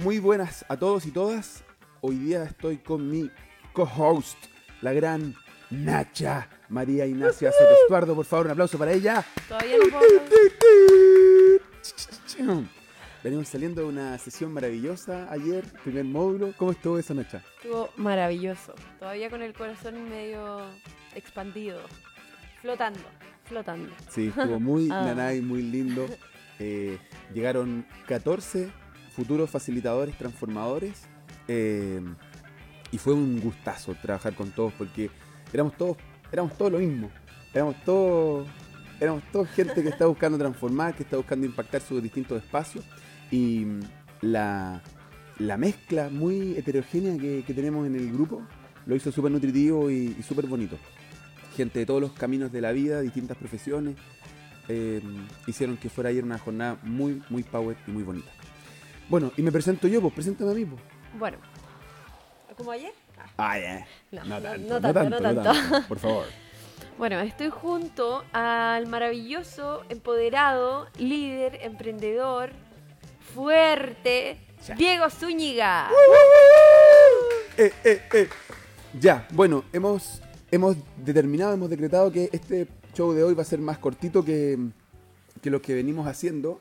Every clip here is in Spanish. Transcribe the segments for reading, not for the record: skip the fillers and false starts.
Muy buenas a todos y todas. Hoy día estoy con mi co-host, la gran Nacha María Ignacia Soto Estuardo. Por favor, un aplauso para ella. Todavía no puedo. Venimos saliendo de una sesión maravillosa ayer, primer módulo. ¿Cómo estuvo eso, Nacha? Estuvo maravilloso. Todavía con el corazón medio expandido. Flotando. Sí, estuvo muy nanay, muy lindo. Llegaron 14 futuros facilitadores, transformadores. Y fue un gustazo trabajar con todos porque éramos todos lo mismo. Éramos todos gente que está buscando transformar, que está buscando impactar sus distintos espacios. Y la mezcla muy heterogénea que tenemos en el grupo lo hizo súper nutritivo y súper bonito. Gente de todos los caminos de la vida, distintas profesiones, hicieron que fuera ayer una jornada muy, muy power y muy bonita. Bueno, y me presento yo, pues, preséntame a mí, pues. Bueno, ¿como ayer? No No tanto. Por favor. Bueno, estoy junto al maravilloso, empoderado, líder, emprendedor, fuerte, Ya. Diego Zúñiga. Ya, bueno, hemos decretado que este show de hoy va a ser más cortito que los que venimos haciendo.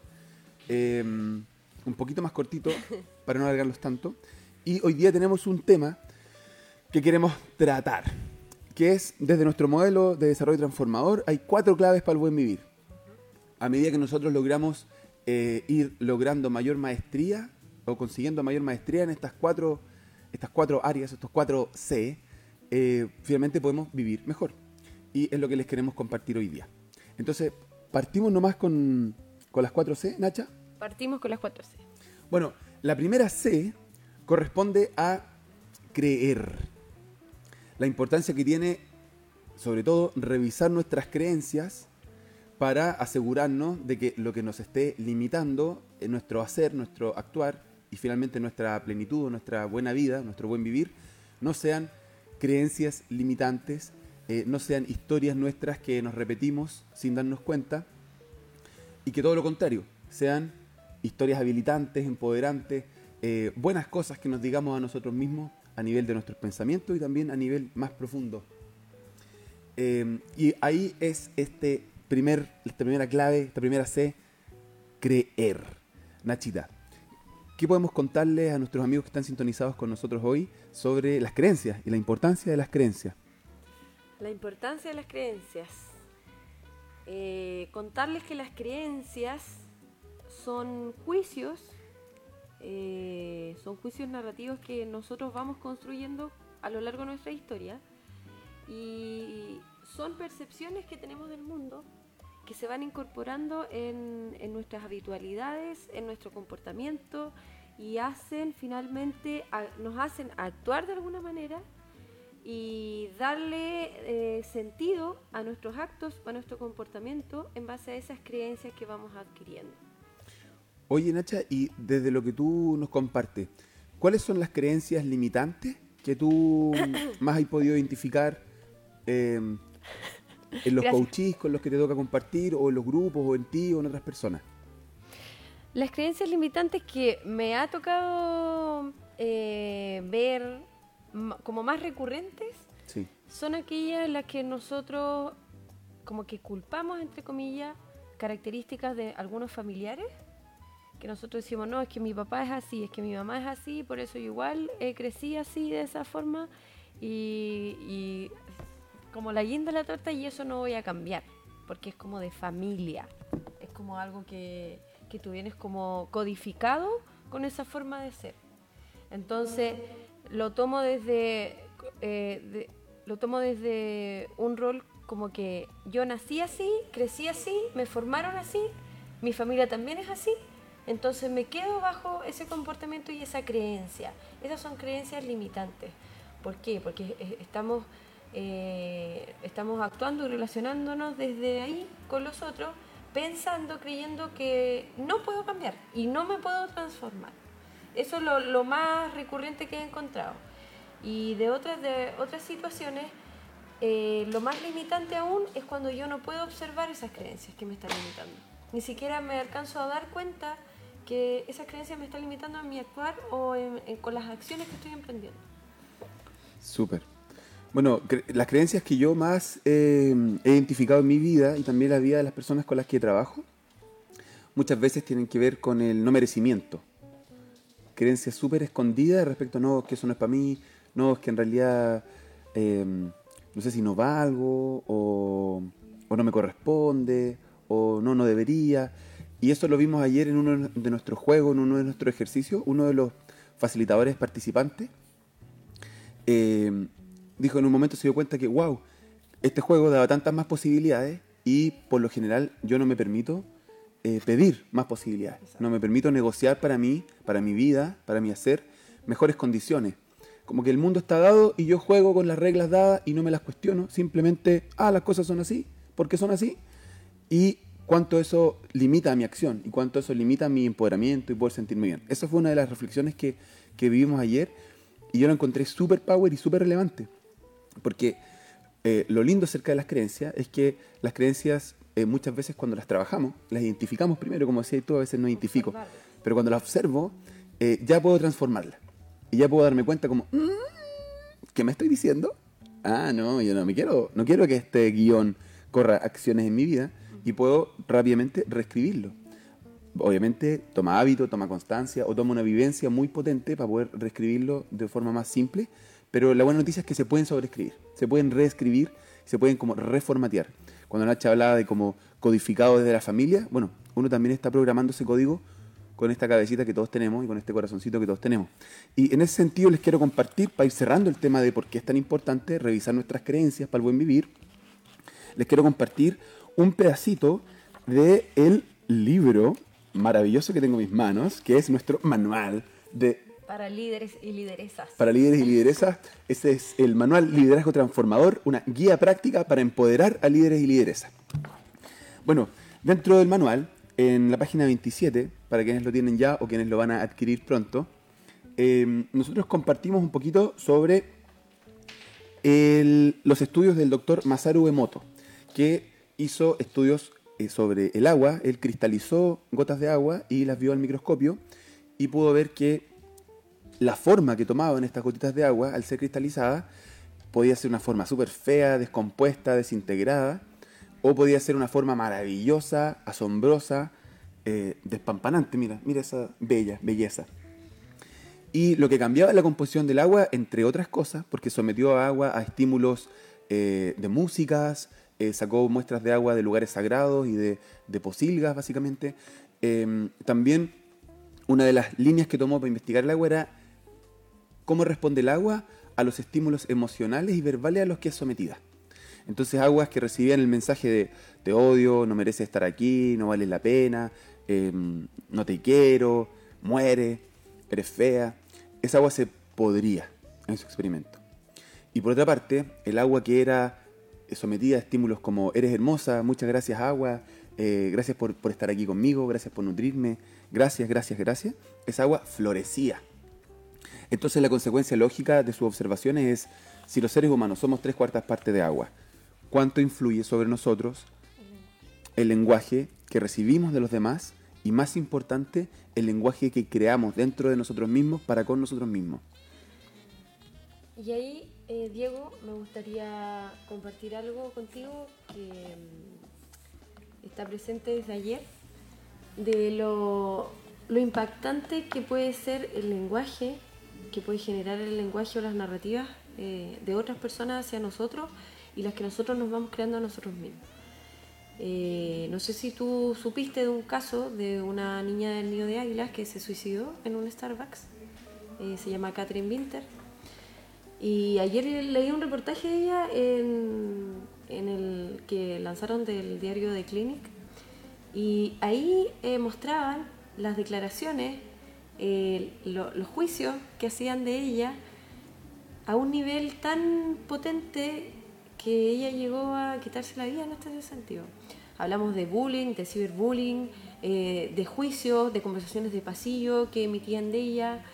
Un poquito más cortito para no alargarlos tanto. Y hoy día tenemos un tema que queremos tratar, que es desde nuestro modelo de desarrollo transformador. Hay 4 claves para el buen vivir. A medida que nosotros logramos ir logrando mayor maestría o consiguiendo mayor maestría en estas cuatro áreas, estos 4 C, finalmente podemos vivir mejor. Y es lo que les queremos compartir hoy día. Entonces, partimos nomás con las 4 C, Nacha. Partimos con las 4 C. Bueno, la primera C corresponde a creer. La importancia que tiene, sobre todo, revisar nuestras creencias para asegurarnos de que lo que nos esté limitando en nuestro hacer, nuestro actuar y finalmente nuestra plenitud, nuestra buena vida, nuestro buen vivir, no sean creencias limitantes, no sean historias nuestras que nos repetimos sin darnos cuenta, y que todo lo contrario, sean historias habilitantes, empoderantes, buenas cosas que nos digamos a nosotros mismos a nivel de nuestros pensamientos y también a nivel más profundo. Y ahí es esta primera clave, esta primera C, creer. Nachita, ¿qué podemos contarles a nuestros amigos que están sintonizados con nosotros hoy sobre las creencias y la importancia de las creencias? La importancia de las creencias. Contarles que las creencias son juicios narrativos que nosotros vamos construyendo a lo largo de nuestra historia y son percepciones que tenemos del mundo que se van incorporando en nuestras habitualidades, en nuestro comportamiento y nos hacen actuar de alguna manera y darle sentido a nuestros actos, a nuestro comportamiento en base a esas creencias que vamos adquiriendo. Oye, Nacha, y desde lo que tú nos compartes, ¿cuáles son las creencias limitantes que tú más has podido identificar en los coaches con los que te toca compartir, o en los grupos, o en ti, o en otras personas? Las creencias limitantes que me ha tocado ver como más recurrentes, sí, son aquellas en las que nosotros como que culpamos, entre comillas, características de algunos familiares, que nosotros decimos, no, es que mi papá es así, es que mi mamá es así, por eso yo igual crecí así, de esa forma, y como la guinda de la torta, y eso no voy a cambiar, porque es como de familia, es como algo que tú vienes como codificado con esa forma de ser. Entonces, lo tomo desde un rol como que yo nací así, crecí así, me formaron así, mi familia también es así, entonces me quedo bajo ese comportamiento y esa creencia. Esas son creencias limitantes. ¿Por qué? Porque estamos actuando y relacionándonos desde ahí con los otros, pensando, creyendo que no puedo cambiar y no me puedo transformar. Eso es lo más recurrente que he encontrado. Y de otras situaciones, lo más limitante aún es cuando yo no puedo observar esas creencias que me están limitando. Ni siquiera me alcanzo a dar cuenta que esas creencias me están limitando a mi actuar o con las acciones que estoy emprendiendo. Súper. Bueno, las creencias que yo más he identificado en mi vida y también la vida de las personas con las que trabajo, muchas veces tienen que ver con el no merecimiento. Creencias súper escondidas respecto a no, es que eso no es para mí, no, es que en realidad no sé si no valgo o no me corresponde o no debería. Y eso lo vimos ayer en uno de nuestros juegos, en uno de nuestros ejercicios. Uno de los facilitadores participantes dijo en un momento, se dio cuenta que, wow, este juego daba tantas más posibilidades y por lo general yo no me permito pedir más posibilidades. Exacto. No me permito negociar para mí, para mi vida, para mi hacer, mejores condiciones. Como que el mundo está dado y yo juego con las reglas dadas y no me las cuestiono. Simplemente, las cosas son así, porque son así. Y cuánto eso limita mi acción y cuánto eso limita mi empoderamiento y poder sentirme bien. Esa fue una de las reflexiones que vivimos ayer y yo la encontré súper power y súper relevante. Porque lo lindo acerca de las creencias es que las creencias muchas veces cuando las trabajamos, las identificamos primero, como decías tú, a veces no identifico, pero cuando las observo, ya puedo transformarlas. Y ya puedo darme cuenta como, ¿qué me estoy diciendo? No, yo no quiero que este guión corra acciones en mi vida y puedo rápidamente reescribirlo. Obviamente toma hábito, toma constancia o toma una vivencia muy potente para poder reescribirlo de forma más simple, pero la buena noticia es que se pueden sobreescribir, se pueden reescribir, se pueden como reformatear. Cuando Nacha hablaba de como codificado desde la familia, bueno, uno también está programando ese código con esta cabecita que todos tenemos y con este corazoncito que todos tenemos. Y en ese sentido les quiero compartir, para ir cerrando el tema de por qué es tan importante revisar nuestras creencias para el buen vivir, les quiero compartir un pedacito del libro maravilloso que tengo en mis manos, que es nuestro manual para líderes y lideresas. Para líderes y lideresas. Ese es el manual Liderazgo Transformador, una guía práctica para empoderar a líderes y lideresas. Bueno, dentro del manual, en la página 27, para quienes lo tienen ya o quienes lo van a adquirir pronto, nosotros compartimos un poquito sobre los estudios del doctor Masaru Emoto, que hizo estudios sobre el agua. Él cristalizó gotas de agua y las vio al microscopio y pudo ver que la forma que tomaban estas gotitas de agua al ser cristalizadas podía ser una forma súper fea, descompuesta, desintegrada, o podía ser una forma maravillosa, asombrosa, despampanante. Mira esa belleza. Y lo que cambiaba la composición del agua, entre otras cosas, porque sometió a agua a estímulos de músicas, sacó muestras de agua de lugares sagrados y de pocilgas, básicamente. También una de las líneas que tomó para investigar el agua era cómo responde el agua a los estímulos emocionales y verbales a los que es sometida. Entonces, aguas que recibían el mensaje de te odio, no mereces estar aquí, no vales la pena, no te quiero, muere, eres fea. Esa agua se podría en su experimento. Y por otra parte, el agua que era sometida a estímulos como eres hermosa, muchas gracias agua, gracias por estar aquí conmigo, gracias por nutrirme, gracias, esa agua florecía. Entonces la consecuencia lógica de sus observaciones es, si los seres humanos somos 3/4 partes de agua, ¿cuánto influye sobre nosotros el lenguaje que recibimos de los demás y, más importante, el lenguaje que creamos dentro de nosotros mismos para con nosotros mismos? Y ahí, Diego, me gustaría compartir algo contigo que está presente desde ayer, de lo impactante que puede ser el lenguaje, que puede generar el lenguaje o las narrativas de otras personas hacia nosotros y las que nosotros nos vamos creando a nosotros mismos. No sé si tú supiste de un caso de una niña del nido de águilas que se suicidó en un Starbucks. Se llama Catherine Winter. Y ayer leí un reportaje de ella en el que lanzaron del diario The Clinic. Y ahí mostraban las declaraciones, los juicios que hacían de ella a un nivel tan potente que ella llegó a quitarse la vida en este sentido. Hablamos de bullying, de ciberbullying, de juicios, de conversaciones de pasillo que emitían de ella,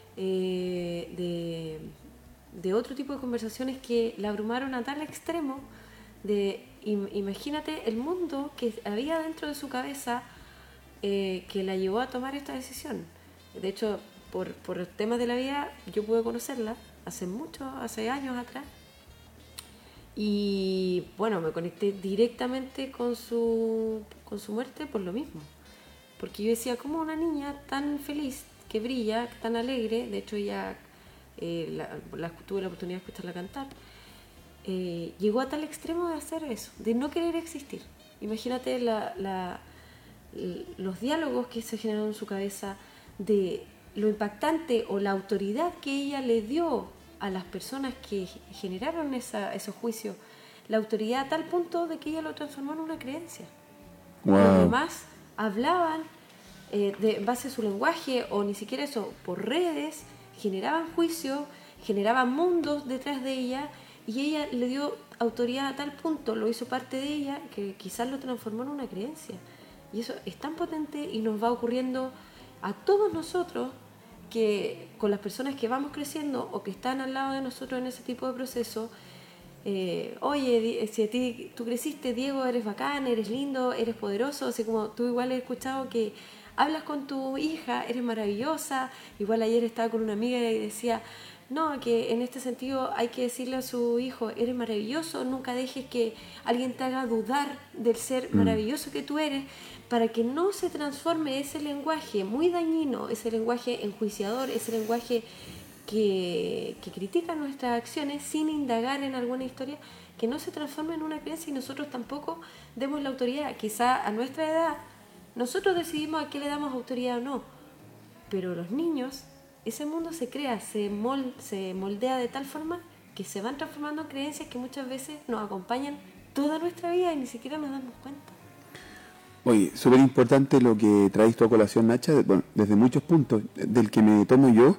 de otro tipo de conversaciones que la abrumaron a tal extremo de, imagínate el mundo que había dentro de su cabeza que la llevó a tomar esta decisión. De hecho, por temas de la vida, yo pude conocerla hace años atrás. Y bueno, me conecté directamente con su muerte por lo mismo. Porque yo decía, ¿cómo una niña tan feliz, que brilla, tan alegre? De hecho, ella tuve la oportunidad de escucharla cantar. Llegó a tal extremo de hacer eso, de no querer existir. Imagínate los diálogos que se generaron en su cabeza, de lo impactante o la autoridad que ella le dio a las personas que generaron esos juicios, la autoridad a tal punto de que ella lo transformó en una creencia. Wow. Los demás hablaban en base a su lenguaje, o ni siquiera eso, por redes, generaban juicios, generaban mundos detrás de ella, y ella le dio autoridad a tal punto, lo hizo parte de ella, que quizás lo transformó en una creencia. Y eso es tan potente y nos va ocurriendo a todos nosotros, que con las personas que vamos creciendo o que están al lado de nosotros en ese tipo de proceso. Oye, si tú creciste, Diego, eres bacán, eres lindo, eres poderoso, así como tú igual he escuchado que hablas con tu hija, eres maravillosa. Igual ayer estaba con una amiga y decía, no, que en este sentido hay que decirle a su hijo, eres maravilloso, nunca dejes que alguien te haga dudar del ser maravilloso que tú eres, para que no se transforme ese lenguaje muy dañino, ese lenguaje enjuiciador, ese lenguaje que critica nuestras acciones sin indagar en alguna historia, que no se transforme en una creencia y nosotros tampoco demos la autoridad. Quizá a nuestra edad nosotros decidimos a qué le damos autoridad o no, pero los niños, ese mundo se crea, se moldea de tal forma que se van transformando en creencias que muchas veces nos acompañan toda nuestra vida y ni siquiera nos damos cuenta. Oye, súper importante lo que traes tu a colación, Nacha, bueno, desde muchos puntos. Del que me tomo yo,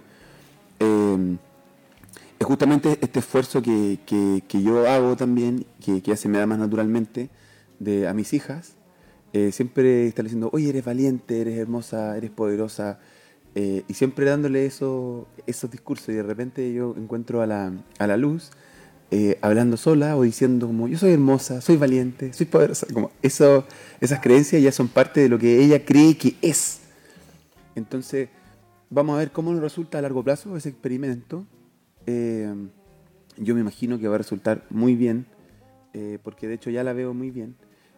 es justamente este esfuerzo que yo hago también, que ya se me da más naturalmente, a mis hijas. Siempre estar diciendo, oye, eres valiente, eres hermosa, eres poderosa, y siempre dándole esos discursos. Y de repente yo encuentro a la luz hablando sola o diciendo como, yo soy hermosa, soy valiente, soy poderosa. Como esas creencias ya son parte de lo que ella cree que es. Entonces, vamos a ver cómo nos resulta a largo plazo ese experimento. Yo me imagino que va a resultar muy bien, porque de hecho ya la veo muy bien.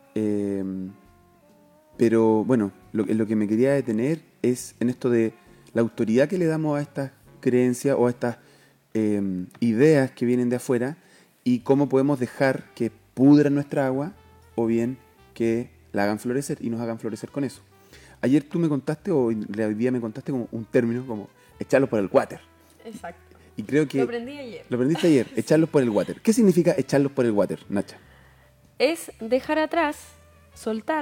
Pero bueno, lo que me quería detener es en esto de la autoridad que le damos a estas creencias o a estas ideas que vienen de afuera, y cómo podemos dejar que pudran nuestra agua o bien que la hagan florecer y nos hagan florecer con eso. Ayer tú me contaste, o hoy día me contaste como un término como echarlos por el water. Exacto. Y creo que lo aprendí ayer. Lo aprendiste ayer, echarlos por el water. ¿Qué significa echarlos por el water, Nacha? Es dejar atrás, soltar,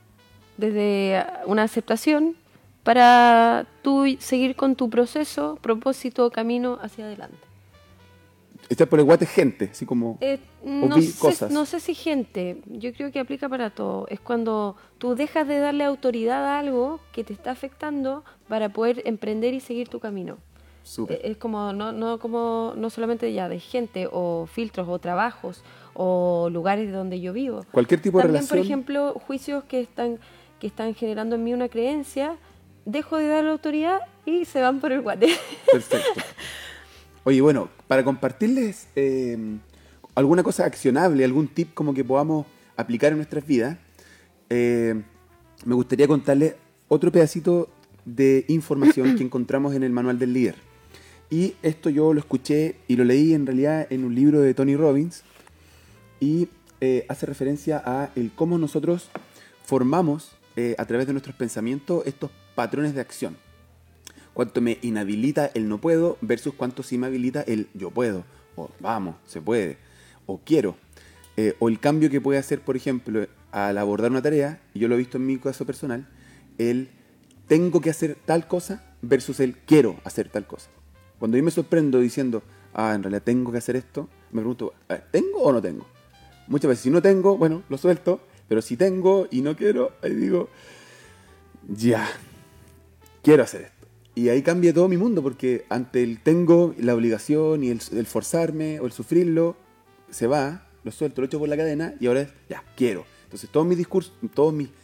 desde una aceptación, para tú seguir con tu proceso, propósito, camino hacia adelante. Echar por el water gente, así como cosas. No sé si gente, yo creo que aplica para todo. Es cuando tú dejas de darle autoridad a algo que te está afectando para poder emprender y seguir tu camino. Súper. Es como no solamente ya de gente o filtros o trabajos o lugares donde yo vivo. Cualquier tipo de También, relación. por ejemplo, juicios que están generando en mí una creencia, dejo de dar la autoridad y se van por el guate. Perfecto. Oye, bueno, para compartirles alguna cosa accionable, algún tip como que podamos aplicar en nuestras vidas, me gustaría contarles otro pedacito de información que encontramos en el Manual del Líder. Y esto yo lo escuché y lo leí en realidad en un libro de Tony Robbins, y hace referencia a el cómo nosotros formamos a través de nuestros pensamientos estos patrones de acción. Cuánto me inhabilita el no puedo versus cuánto sí me habilita el yo puedo, o vamos, se puede, o quiero. O el cambio que puede hacer, por ejemplo, al abordar una tarea, y yo lo he visto en mi caso personal, el tengo que hacer tal cosa versus el quiero hacer tal cosa. Cuando yo me sorprendo diciendo, en realidad tengo que hacer esto, me pregunto, ¿tengo o no tengo? Muchas veces si no tengo, bueno, lo suelto, pero si tengo y no quiero, ahí digo, ya, quiero hacer esto. Y ahí cambia todo mi mundo, porque ante el tengo, la obligación y el forzarme o el sufrirlo, se va, lo suelto, lo echo por la cadena y ahora es, ya, quiero. Entonces todos mis discursos, todos mis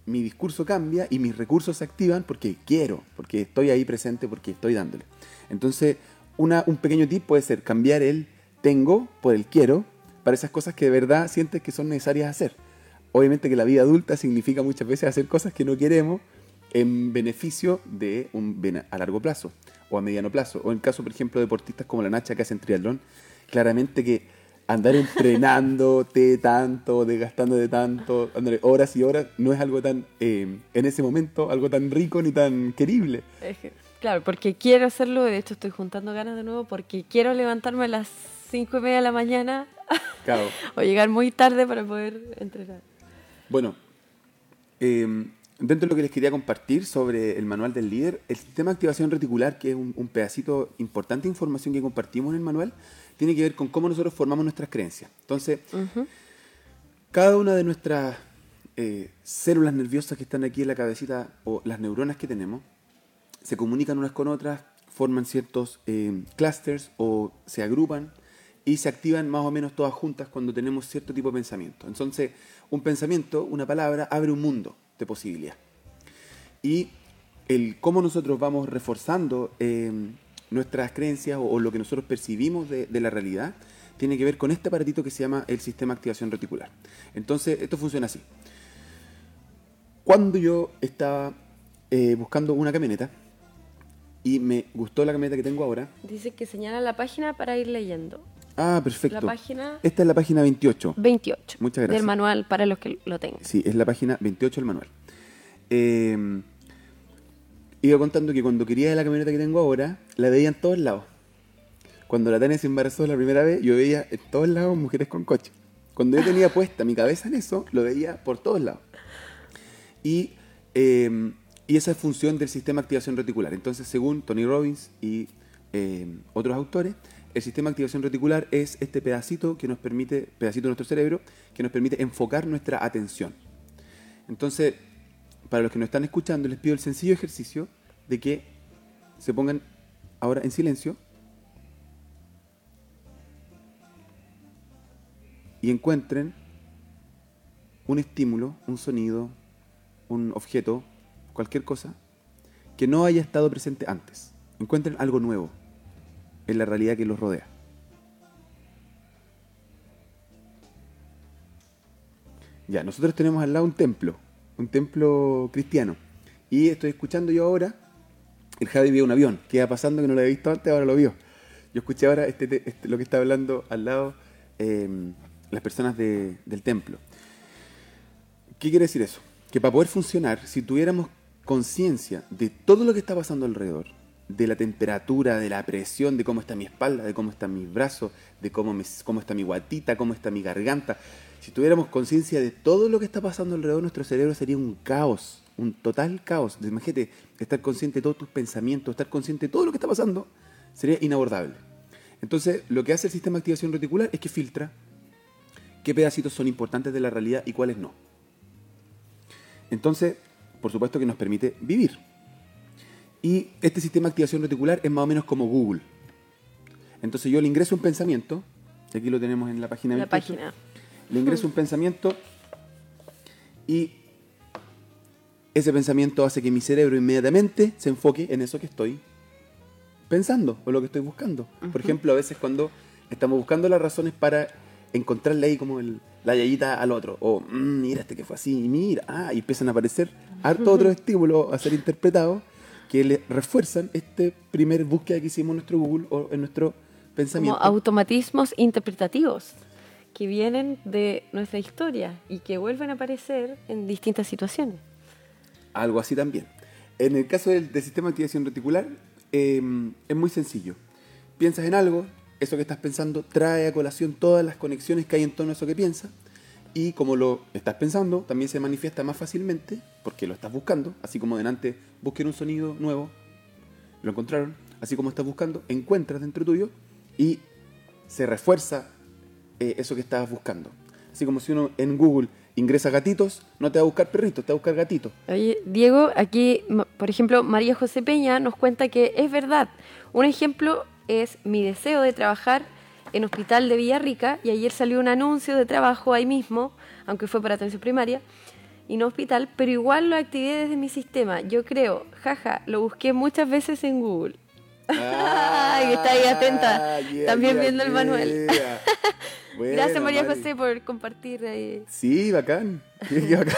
mi discurso cambia y mis recursos se activan porque quiero, porque estoy ahí presente, porque estoy dándole. Entonces, un pequeño tip puede ser cambiar el tengo por el quiero para esas cosas que de verdad sientes que son necesarias hacer. Obviamente que la vida adulta significa muchas veces hacer cosas que no queremos en beneficio de un bien a largo plazo o a mediano plazo. O en el caso, por ejemplo, de deportistas como la Nacha que hacen triatlón, claramente que andar entrenándote tanto, desgastándote tanto, dándole horas y horas, no es algo tan, en ese momento, algo tan rico ni tan querible. Claro, porque quiero hacerlo, de hecho estoy juntando ganas de nuevo, porque quiero levantarme a las 5:30 de la mañana Claro. o llegar muy tarde para poder entrenar. Bueno, dentro de lo que les quería compartir sobre el manual del líder, el sistema de activación reticular, que es un pedacito importante de información que compartimos en el manual, tiene que ver con cómo nosotros formamos nuestras creencias. Entonces, cada una de nuestras células nerviosas que están aquí en la cabecita, o las neuronas que tenemos, se comunican unas con otras, forman ciertos clusters o se agrupan y se activan más o menos todas juntas cuando tenemos cierto tipo de pensamiento. Entonces, un pensamiento, una palabra, abre un mundo de posibilidad. Y el cómo nosotros vamos reforzando nuestras creencias o lo que nosotros percibimos de la realidad tiene que ver con este aparatito que se llama el sistema de activación reticular. Entonces, esto funciona así. Cuando yo estaba buscando una camioneta y me gustó la camioneta que tengo ahora. Dice que señala la página para ir leyendo. Ah, perfecto. La página... Esta es la página 28. 28. Muchas gracias. Del manual para los que lo tengan. Sí, es la página 28 del manual. Iba contando que cuando quería la camioneta que tengo ahora, la veía en todos lados. Cuando la Tania se embarazó la primera vez, yo veía en todos lados mujeres con coche. Cuando yo tenía puesta mi cabeza en eso, lo veía por todos lados. Y esa es función del sistema de activación reticular. Entonces, según Tony Robbins y otros autores, el sistema de activación reticular es este pedacito que nos permite, pedacito de nuestro cerebro, que nos permite enfocar nuestra atención. Entonces, para los que nos están escuchando, les pido el sencillo ejercicio de que se pongan ahora en silencio y encuentren un estímulo, un sonido, un objeto, cualquier cosa, que no haya estado presente antes. Encuentren algo nuevo en la realidad que los rodea. Ya, nosotros tenemos al lado un templo cristiano. Y estoy escuchando yo ahora, el Javi vio un avión que iba pasando que no lo había visto antes, ahora lo vio. Yo escuché ahora lo que está hablando al lado las personas del templo. ¿Qué quiere decir eso? Que para poder funcionar, si tuviéramos conciencia de todo lo que está pasando alrededor, de la temperatura, de la presión, de cómo está mi espalda, de cómo están mis brazos, de cómo está mi guatita, cómo está mi garganta. Si tuviéramos conciencia de todo lo que está pasando alrededor, nuestro cerebro sería un caos, un total caos. Imagínate, estar consciente de todos tus pensamientos, estar consciente de todo lo que está pasando, sería inabordable. Entonces, lo que hace el sistema de activación reticular es que filtra qué pedacitos son importantes de la realidad y cuáles no. Entonces, por supuesto que nos permite vivir. Y este sistema de activación reticular es más o menos como Google. Entonces yo le ingreso un pensamiento, aquí lo tenemos en la página 28, le ingreso un pensamiento y ese pensamiento hace que mi cerebro inmediatamente se enfoque en eso que estoy pensando o lo que estoy buscando. Por ejemplo, a veces cuando estamos buscando las razones para encontrarle ahí como la yayita al otro, o mira este que fue así, mira, y empiezan a aparecer harto otros estímulos a ser interpretados que le refuerzan este primer búsqueda que hicimos en nuestro Google o en nuestro pensamiento. Como automatismos interpretativos que vienen de nuestra historia y que vuelven a aparecer en distintas situaciones. Algo así también. En el caso del sistema de activación reticular, es muy sencillo. Piensas en algo, eso que estás pensando trae a colación todas las conexiones que hay en torno a eso que piensas, y como lo estás pensando, también se manifiesta más fácilmente porque lo estás buscando, así como delante busquen un sonido nuevo, lo encontraron, así como estás buscando, encuentras dentro tuyo y se refuerza eso que estabas buscando. Así como si uno en Google ingresa gatitos, no te va a buscar perritos, te va a buscar gatitos. Oye, Diego, aquí, por ejemplo, María José Peña nos cuenta que es verdad. Un ejemplo es mi deseo de trabajar en Hospital de Villarrica, y ayer salió un anuncio de trabajo ahí mismo, aunque fue para atención primaria, y no hospital, pero igual lo activé desde mi sistema. Yo creo, jaja, lo busqué muchas veces en Google. Ay, está ahí atenta, también viendo el manual. Bueno, Gracias María Mari. José por compartir ahí. Sí, bacán. Qué bacán.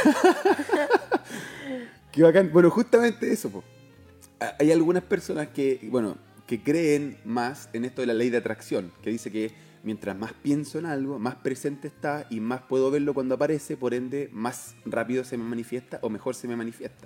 Qué bacán. Bueno, justamente eso, po. Hay algunas personas que, bueno, que creen más en esto de la ley de atracción, que dice que mientras más pienso en algo, más presente está y más puedo verlo cuando aparece, por ende, más rápido se me manifiesta o mejor se me manifiesta.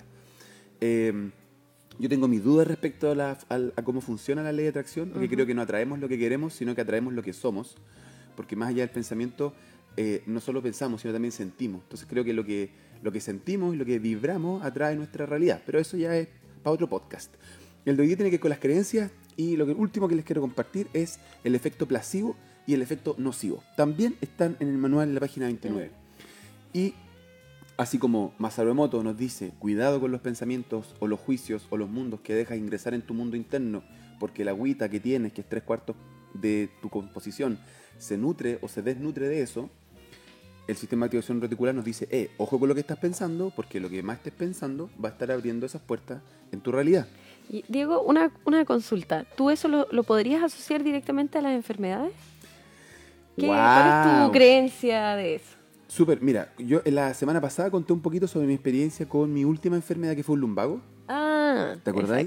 Yo tengo mis dudas respecto a cómo funciona la ley de atracción, porque creo que no atraemos lo que queremos, sino que atraemos lo que somos, porque más allá del pensamiento, no solo pensamos, sino también sentimos. Entonces creo que lo que sentimos y lo que vibramos atrae nuestra realidad, pero eso ya es para otro podcast. El de hoy día tiene que ver con las creencias y lo último que les quiero compartir es el efecto placebo y el efecto nocivo. También están en el manual en la página 29. Y así como Masaru Emoto nos dice, cuidado con los pensamientos o los juicios o los mundos que dejas ingresar en tu mundo interno, porque la agüita que tienes, que es 3/4 de tu composición, se nutre o se desnutre de eso. El sistema de activación reticular nos dice, ojo con lo que estás pensando, porque lo que más estés pensando va a estar abriendo esas puertas en tu realidad. Y, Diego, una consulta. ¿Tú eso lo podrías asociar directamente a las enfermedades? ¿Cuál es tu creencia de eso? Súper, mira, yo la semana pasada conté un poquito sobre mi experiencia con mi última enfermedad, que fue un lumbago. ¿Te acordáis?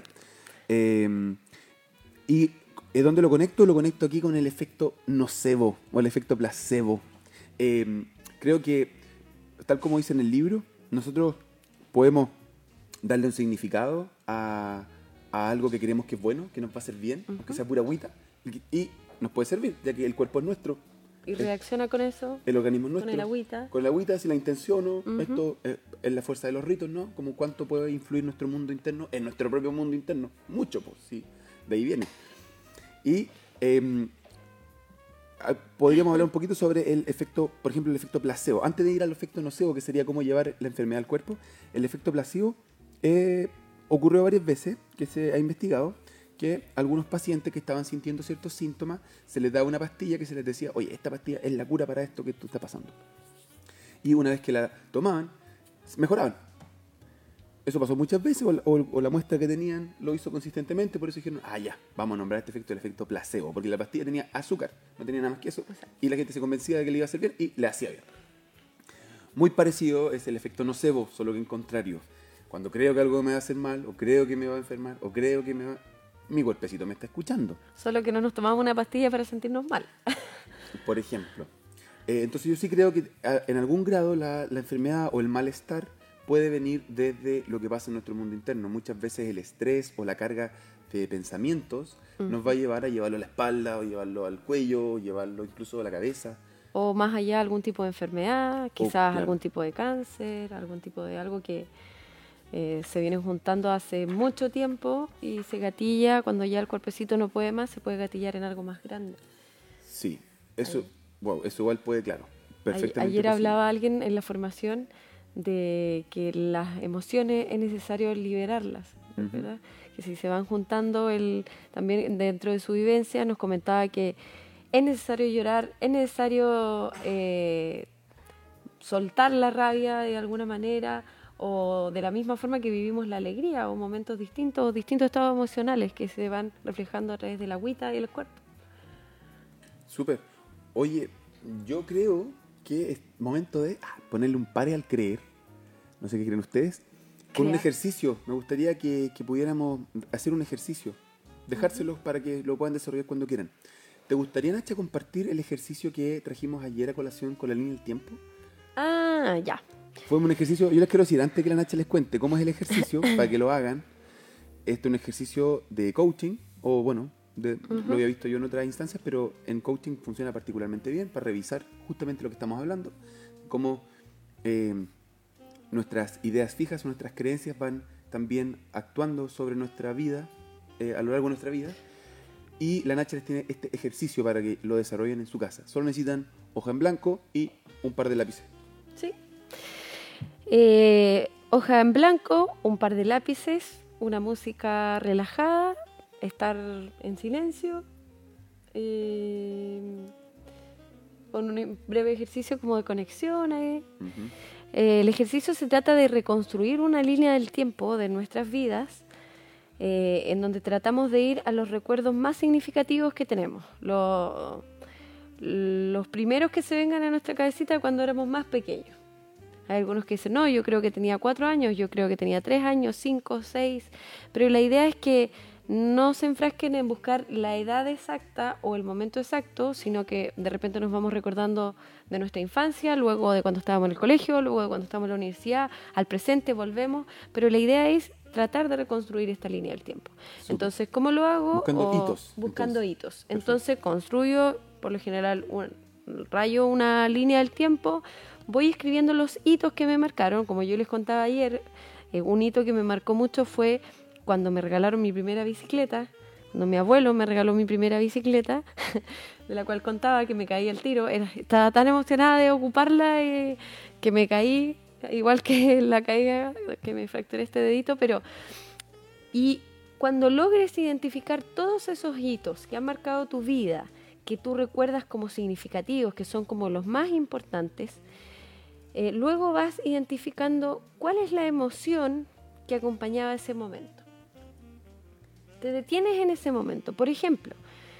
Y ¿dónde lo conecto? Lo conecto aquí con el efecto nocebo o el efecto placebo. Creo que, tal como dice en el libro, nosotros podemos darle un significado a algo que creemos que es bueno, que nos va a hacer bien, aunque sea pura agüita, y nos puede servir, ya que el cuerpo es nuestro. Y reacciona con eso. El organismo es nuestro. Con el agüita. Con la agüita, si la intenciono, esto es la fuerza de los ritos, ¿no? Como cuánto puede influir nuestro mundo interno en nuestro propio mundo interno. Mucho, pues, sí. De ahí viene. Y podríamos hablar un poquito sobre el efecto, por ejemplo, el efecto placebo. Antes de ir al efecto nocebo, que sería cómo llevar la enfermedad al cuerpo, el efecto placebo ocurrió varias veces, que se ha investigado, que algunos pacientes que estaban sintiendo ciertos síntomas, se les daba una pastilla que se les decía, oye, esta pastilla es la cura para esto que tú estás pasando. Y una vez que la tomaban, mejoraban. Eso pasó muchas veces, o la muestra que tenían lo hizo consistentemente, por eso dijeron, ya, vamos a nombrar este efecto el efecto placebo, porque la pastilla tenía azúcar, no tenía nada más que eso, y la gente se convencía de que le iba a hacer bien y le hacía bien. Muy parecido es el efecto nocebo, solo que en contrario. Cuando creo que algo me va a hacer mal, o creo que me va a enfermar, o creo que mi cuerpecito me está escuchando. Solo que no nos tomamos una pastilla para sentirnos mal. Por ejemplo. Entonces yo sí creo que en algún grado la enfermedad o el malestar puede venir desde lo que pasa en nuestro mundo interno. Muchas veces el estrés o la carga de pensamientos nos va a llevar a llevarlo a la espalda, o llevarlo al cuello, o llevarlo incluso a la cabeza. O más allá algún tipo de enfermedad, quizás algún tipo de cáncer, algún tipo de algo que se viene juntando hace mucho tiempo y se gatilla cuando ya el cuerpecito no puede más, se puede gatillar en algo más grande. Sí, eso igual puede, claro, perfectamente Ayer posible. hablaba alguien en la formación de que las emociones es necesario liberarlas, ¿verdad? Que si se van juntando, también dentro de su vivencia nos comentaba que es necesario llorar, es necesario soltar la rabia de alguna manera, o de la misma forma que vivimos la alegría o momentos distintos estados emocionales que se van reflejando a través de la agüita y el cuerpo. Súper. Oye, yo creo que es momento de ponerle un pare al creer. No sé qué creen ustedes. Con un ejercicio. Me gustaría que pudiéramos hacer un ejercicio. Dejárselos para que lo puedan desarrollar cuando quieran. ¿Te gustaría, Nacha, compartir el ejercicio que trajimos ayer a colación con la línea del tiempo? Ya. Fue un ejercicio, yo les quiero decir, antes que la Nacha les cuente cómo es el ejercicio, para que lo hagan. Este es un ejercicio de coaching, o bueno, lo había visto yo en otras instancias, pero en coaching funciona particularmente bien para revisar justamente lo que estamos hablando, cómo nuestras ideas fijas, nuestras creencias van también actuando sobre nuestra vida, a lo largo de nuestra vida, y la Nacha les tiene este ejercicio para que lo desarrollen en su casa. Solo necesitan hoja en blanco y un par de lápices. Sí. Hoja en blanco, un par de lápices, una música relajada, estar en silencio, con un breve ejercicio como de conexión ahí. El ejercicio se trata de reconstruir una línea del tiempo de nuestras vidas en donde tratamos de ir a los recuerdos más significativos que tenemos. Los primeros que se vengan a nuestra cabecita cuando éramos más pequeños. Hay algunos que dicen, no, yo creo que tenía 4 años, yo creo que tenía 3 años, 5, 6, pero la idea es que no se enfrasquen en buscar la edad exacta o el momento exacto, sino que de repente nos vamos recordando de nuestra infancia, luego de cuando estábamos en el colegio, luego de cuando estábamos en la universidad, al presente volvemos, pero la idea es tratar de reconstruir esta línea del tiempo. Súper. Entonces, ¿cómo lo hago? Buscando hitos. Buscando hitos. Entonces, construyo, por lo general, rayo una línea del tiempo, voy escribiendo los hitos que me marcaron. Como yo les contaba ayer, un hito que me marcó mucho fue cuando me regalaron mi primera bicicleta, cuando mi abuelo me regaló mi primera bicicleta, de la cual contaba que me caí al tiro. Estaba tan emocionada de ocuparla que me caí, igual que la caída, que me fracturé este dedito, y cuando logres identificar todos esos hitos que han marcado tu vida, que tú recuerdas como significativos, que son como los más importantes, luego vas identificando cuál es la emoción que acompañaba ese momento. Te detienes en ese momento. Por ejemplo,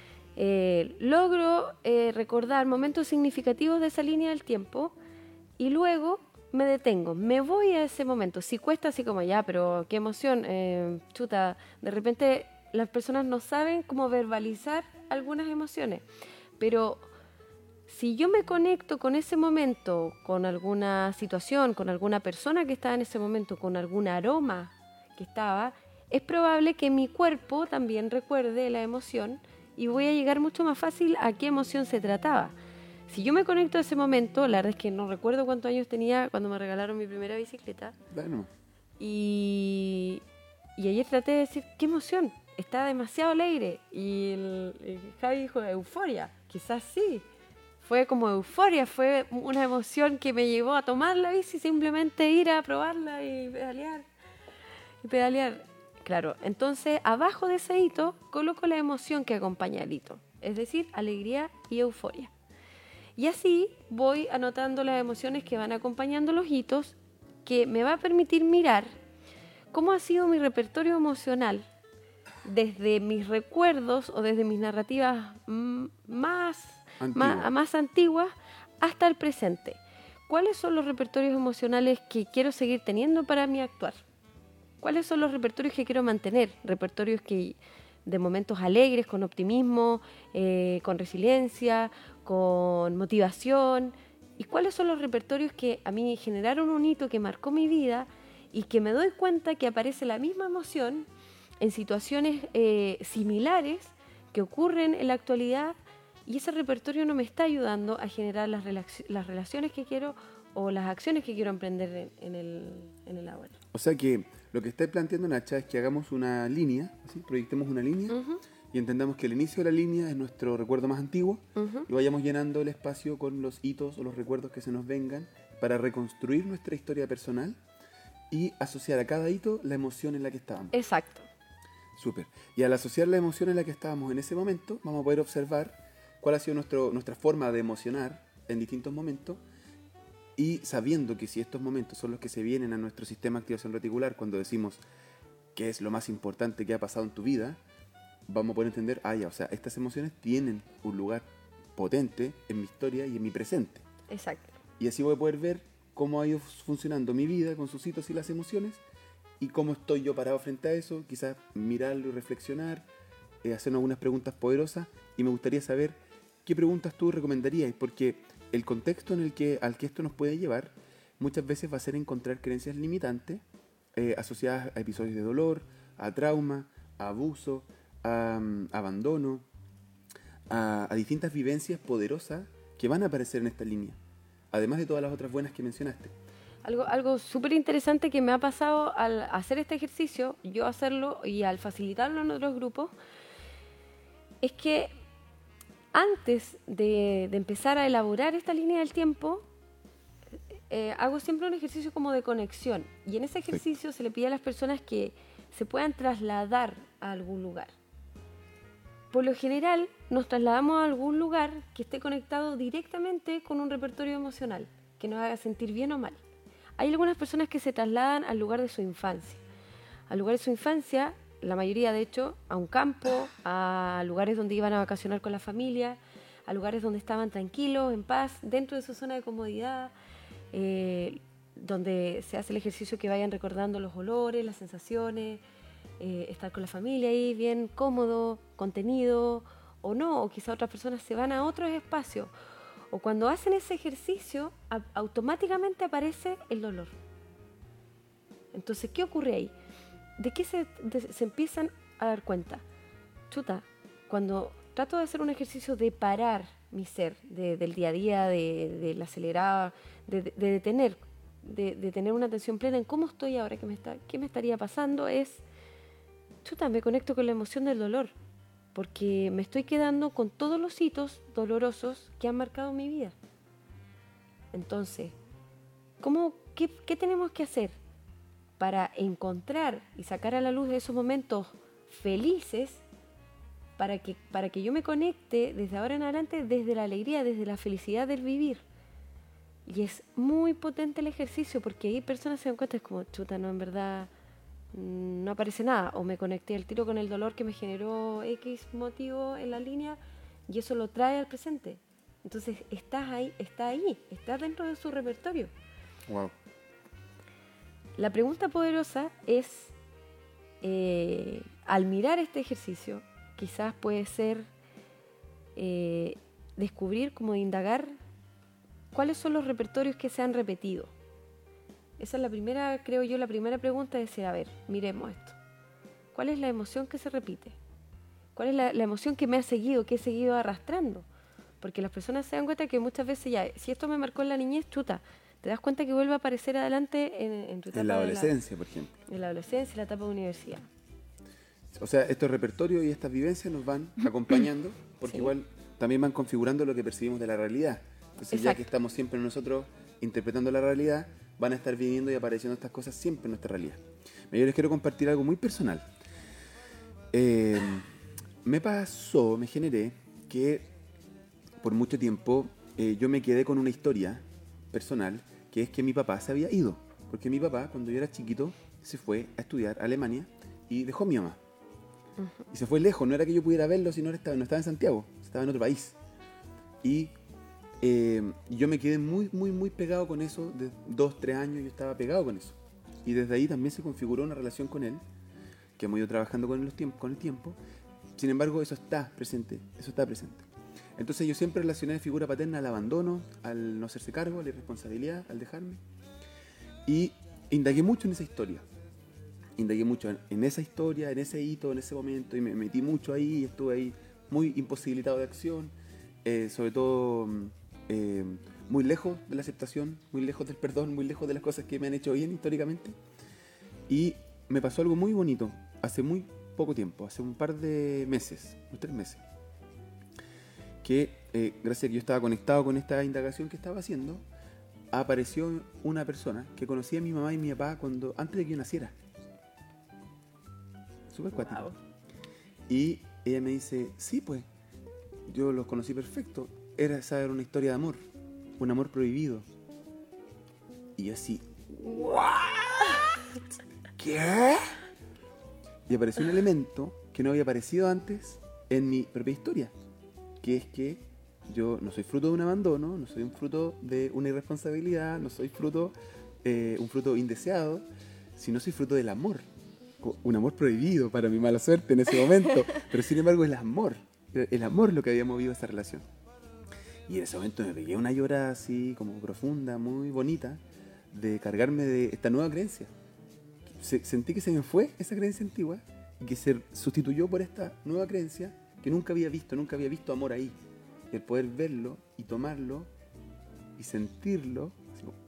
logro recordar momentos significativos de esa línea del tiempo y luego me detengo, me voy a ese momento. Si cuesta así como ya, pero qué emoción, chuta, de repente las personas no saben cómo verbalizar algunas emociones, pero si yo me conecto con ese momento, con alguna situación, con alguna persona que estaba en ese momento, con algún aroma que estaba, es probable que mi cuerpo también recuerde la emoción y voy a llegar mucho más fácil a qué emoción se trataba. Si yo me conecto a ese momento, la verdad es que no recuerdo cuántos años tenía cuando me regalaron mi primera bicicleta. Bueno. Y ayer traté de decir, qué emoción, estaba demasiado alegre. Y el Javi dijo, euforia, quizás sí. Fue como euforia, fue una emoción que me llevó a tomar la bici, simplemente ir a probarla y pedalear. Claro, entonces abajo de ese hito coloco la emoción que acompaña el hito, es decir, alegría y euforia. Y así voy anotando las emociones que van acompañando los hitos, que me va a permitir mirar cómo ha sido mi repertorio emocional desde mis recuerdos o desde mis narrativas más antiguas hasta el presente. ¿Cuáles son los repertorios emocionales que quiero seguir teniendo para mi actuar? ¿Cuáles son los repertorios que quiero mantener? Repertorios de momentos alegres, con optimismo, con resiliencia, con motivación. ¿Y cuáles son los repertorios que a mí generaron un hito que marcó mi vida y que me doy cuenta que aparece la misma emoción en situaciones similares que ocurren en la actualidad, y ese repertorio no me está ayudando a generar las relaciones que quiero o las acciones que quiero emprender en el ahora? O sea que lo que está planteando Nacha es que hagamos una línea, ¿sí? Proyectemos una línea y entendamos que el inicio de la línea es nuestro recuerdo más antiguo y vayamos llenando el espacio con los hitos o los recuerdos que se nos vengan para reconstruir nuestra historia personal y asociar a cada hito la emoción en la que estábamos. Exacto. Súper. Y al asociar la emoción en la que estábamos en ese momento, vamos a poder observar cuál ha sido nuestra forma de emocionar en distintos momentos, y sabiendo que si estos momentos son los que se vienen a nuestro sistema de activación reticular cuando decimos qué es lo más importante que ha pasado en tu vida, vamos a poder entender, o sea, estas emociones tienen un lugar potente en mi historia y en mi presente. Exacto. Y así voy a poder ver cómo ha ido funcionando mi vida con sus hitos y las emociones y cómo estoy yo parado frente a eso, quizás mirarlo y reflexionar, hacernos algunas preguntas poderosas, y me gustaría saber qué preguntas tú recomendarías, porque el contexto al que esto nos puede llevar muchas veces va a ser encontrar creencias limitantes asociadas a episodios de dolor, a trauma, a abuso, a abandono, a distintas vivencias poderosas que van a aparecer en esta línea, además de todas las otras buenas que mencionaste. Algo súper interesante que me ha pasado al hacer este ejercicio, yo hacerlo y al facilitarlo en otros grupos, es que antes de empezar a elaborar esta línea del tiempo, hago siempre un ejercicio como de conexión. Y en ese ejercicio se le pide a las personas que se puedan trasladar a algún lugar. Por lo general, nos trasladamos a algún lugar que esté conectado directamente con un repertorio emocional, que nos haga sentir bien o mal. Hay algunas personas que se trasladan al lugar de su infancia. Al lugar de su infancia, la mayoría de hecho, a un campo, a lugares donde iban a vacacionar con la familia, a lugares donde estaban tranquilos, en paz, dentro de su zona de comodidad, donde se hace el ejercicio que vayan recordando los olores, las sensaciones, estar con la familia ahí bien cómodo, contenido, o no, o quizá otras personas se van a otros espacios. O cuando hacen ese ejercicio, automáticamente aparece el dolor. Entonces, ¿qué ocurre ahí? ¿De qué se empiezan a dar cuenta? Chuta, cuando trato de hacer un ejercicio de parar mi ser del día a día, del acelerado, de detener, de tener una atención plena en cómo estoy ahora, qué me estaría pasando, chuta, me conecto con la emoción del dolor, porque me estoy quedando con todos los hitos dolorosos que han marcado mi vida. Entonces, ¿qué tenemos que hacer para encontrar y sacar a la luz de esos momentos felices para que yo me conecte desde ahora en adelante desde la alegría, desde la felicidad del vivir? Y es muy potente el ejercicio porque ahí personas se dan cuenta, es como, chuta, no, en verdad no aparece nada, o me conecté al tiro con el dolor que me generó X motivo en la línea y eso lo trae al presente. Entonces está ahí, está dentro de su repertorio. Wow. La pregunta poderosa es, al mirar este ejercicio, quizás puede ser descubrir, como indagar, cuáles son los repertorios que se han repetido. Esa es la primera, creo yo, la primera pregunta, es decir, a ver, miremos esto. ¿Cuál es la emoción que se repite? ¿Cuál es la emoción que me ha seguido, que he seguido arrastrando? Porque las personas se dan cuenta que muchas veces ya, si esto me marcó en la niñez, chuta, te das cuenta que vuelve a aparecer adelante en tu etapa. En la adolescencia, por ejemplo. En la adolescencia, en la etapa de universidad. O sea, estos repertorios y estas vivencias nos van acompañando, porque Sí. igual también van configurando lo que percibimos de la realidad. Entonces, Exacto. ya que estamos siempre nosotros interpretando la realidad, van a estar viniendo y apareciendo estas cosas siempre en nuestra realidad. Yo les quiero compartir algo muy personal. Me generé que por mucho tiempo yo me quedé con una historia personal, que es que mi papá se había ido. Porque mi papá, cuando yo era chiquito, se fue a estudiar a Alemania y dejó a mi mamá. Y se fue lejos, no era que yo pudiera verlo, sino no estaba en Santiago, estaba en otro país. Y yo me quedé muy, muy, muy pegado con eso. De 2, 3 años yo estaba pegado con eso. Y desde ahí también se configuró una relación con él, que hemos ido trabajando con el tiempo. Sin embargo, eso está presente. Entonces yo siempre relacioné la figura paterna al abandono, al no hacerse cargo, a la irresponsabilidad, al dejarme. Y indagué mucho en esa historia. En ese hito, en ese momento, y me metí mucho ahí, estuve ahí muy imposibilitado de acción, sobre todo muy lejos de la aceptación, muy lejos del perdón, muy lejos de las cosas que me han hecho bien históricamente. Y me pasó algo muy bonito hace muy poco tiempo, hace un par de meses, 3 meses, que gracias a que yo estaba conectado con esta indagación que estaba haciendo, apareció una persona que conocía a mi mamá y mi papá antes de que yo naciera. Súper cuático. Wow. Y ella me dice, sí, pues, yo los conocí perfecto. Esa era una historia de amor, un amor prohibido. Y yo así, ¿what? ¿Qué? Y apareció un elemento que no había aparecido antes en mi propia historia, que es que yo no soy fruto de un abandono, no soy un fruto de una irresponsabilidad, no soy un fruto indeseado, sino soy fruto del amor. Un amor prohibido para mi mala suerte en ese momento, pero sin embargo el amor lo que había movido esa relación. Y en ese momento me pegué una llorada así como profunda, muy bonita, de cargarme de esta nueva creencia. Sentí que se me fue esa creencia antigua y que se sustituyó por esta nueva creencia que nunca había visto amor ahí. Y el poder verlo y tomarlo y sentirlo, así como,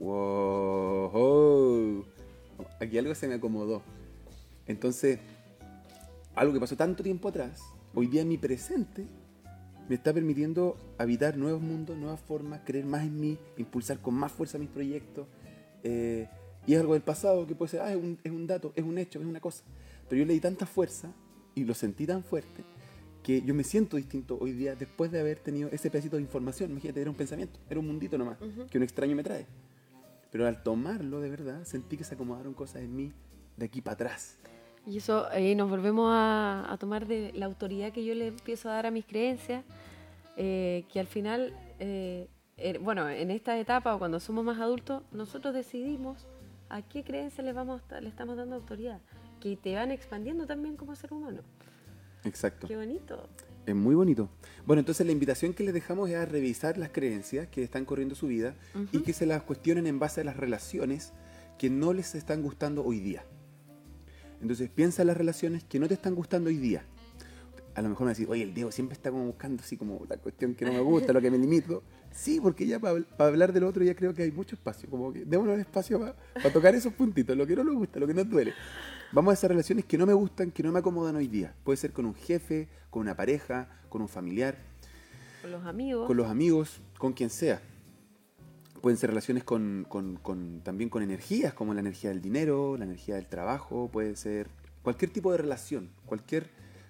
wow, aquí algo se me acomodó. Entonces, algo que pasó tanto tiempo atrás, hoy día en mi presente, me está permitiendo habitar nuevos mundos, nuevas formas, creer más en mí, impulsar con más fuerza mis proyectos. Y es algo del pasado que puede ser, es un dato, es un hecho, es una cosa. Pero yo le di tanta fuerza y lo sentí tan fuerte que yo me siento distinto hoy día después de haber tenido ese pedacito de información. Imagínate, era un pensamiento, era un mundito nomás, que un extraño me trae. Pero al tomarlo de verdad, sentí que se acomodaron cosas en mí de aquí para atrás. Y eso, ahí nos volvemos a tomar de la autoridad que yo le empiezo a dar a mis creencias, que al final, bueno, en esta etapa o cuando somos más adultos, nosotros decidimos a qué creencias le estamos dando autoridad, que te van expandiendo también como ser humano. Exacto. Qué bonito. Es muy bonito. Bueno, entonces la invitación que les dejamos es a revisar las creencias que están corriendo su vida y que se las cuestionen en base a las relaciones que no les están gustando hoy día. Entonces piensa en las relaciones que no te están gustando hoy día. A lo mejor me decís, oye, el Diego siempre está como buscando así como la cuestión que no me gusta, lo que me limito. Sí, porque ya para hablar del otro ya creo que hay mucho espacio. Como que démonos el espacio para tocar esos puntitos, lo que no nos gusta, lo que nos duele. Vamos a esas relaciones que no me gustan, que no me acomodan hoy día. Puede ser con un jefe, con una pareja, con un familiar. Con los amigos. Con los amigos, con quien sea. Pueden ser relaciones también con energías, como la energía del dinero, la energía del trabajo. Puede ser cualquier tipo de relación, cualquier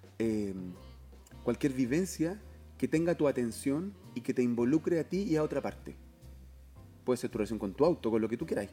vivencia que tenga tu atención y que te involucre a ti y a otra parte. Puede ser tu relación con tu auto, con lo que tú queráis.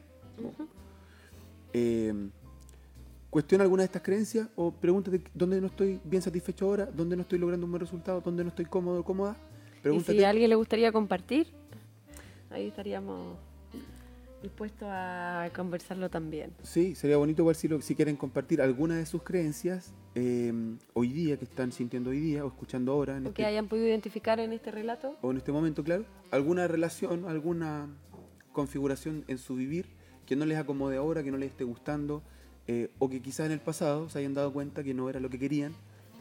Cuestiona alguna de estas creencias o pregúntate dónde no estoy bien satisfecho ahora, dónde no estoy logrando un buen resultado, dónde no estoy cómodo o cómoda. Pregúntate. Y si a alguien le gustaría compartir, ahí estaríamos dispuestos a conversarlo también. Sí, sería bonito igual si quieren compartir alguna de sus creencias hoy día, que están sintiendo hoy día o escuchando ahora. O que hayan podido identificar en este relato. O en este momento, claro. Alguna relación, alguna configuración en su vivir que no les acomode ahora, que no les esté gustando. O que quizás en el pasado se hayan dado cuenta que no era lo que querían.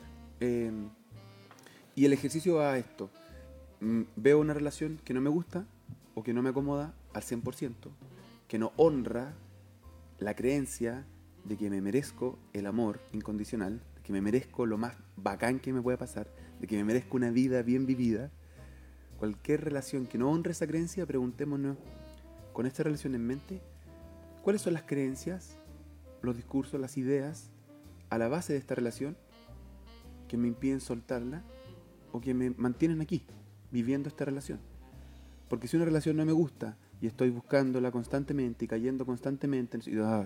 Y el ejercicio va a esto. Veo una relación que no me gusta o que no me acomoda al 100%, que no honra la creencia de que me merezco el amor incondicional, de que me merezco lo más bacán que me pueda pasar, de que me merezco una vida bien vivida. Cualquier relación que no honre esa creencia, preguntémonos, con esta relación en mente, ¿cuáles son las creencias, los discursos, las ideas a la base de esta relación que me impiden soltarla o que me mantienen aquí, viviendo esta relación? Porque si una relación no me gusta y estoy buscándola constantemente y cayendo constantemente,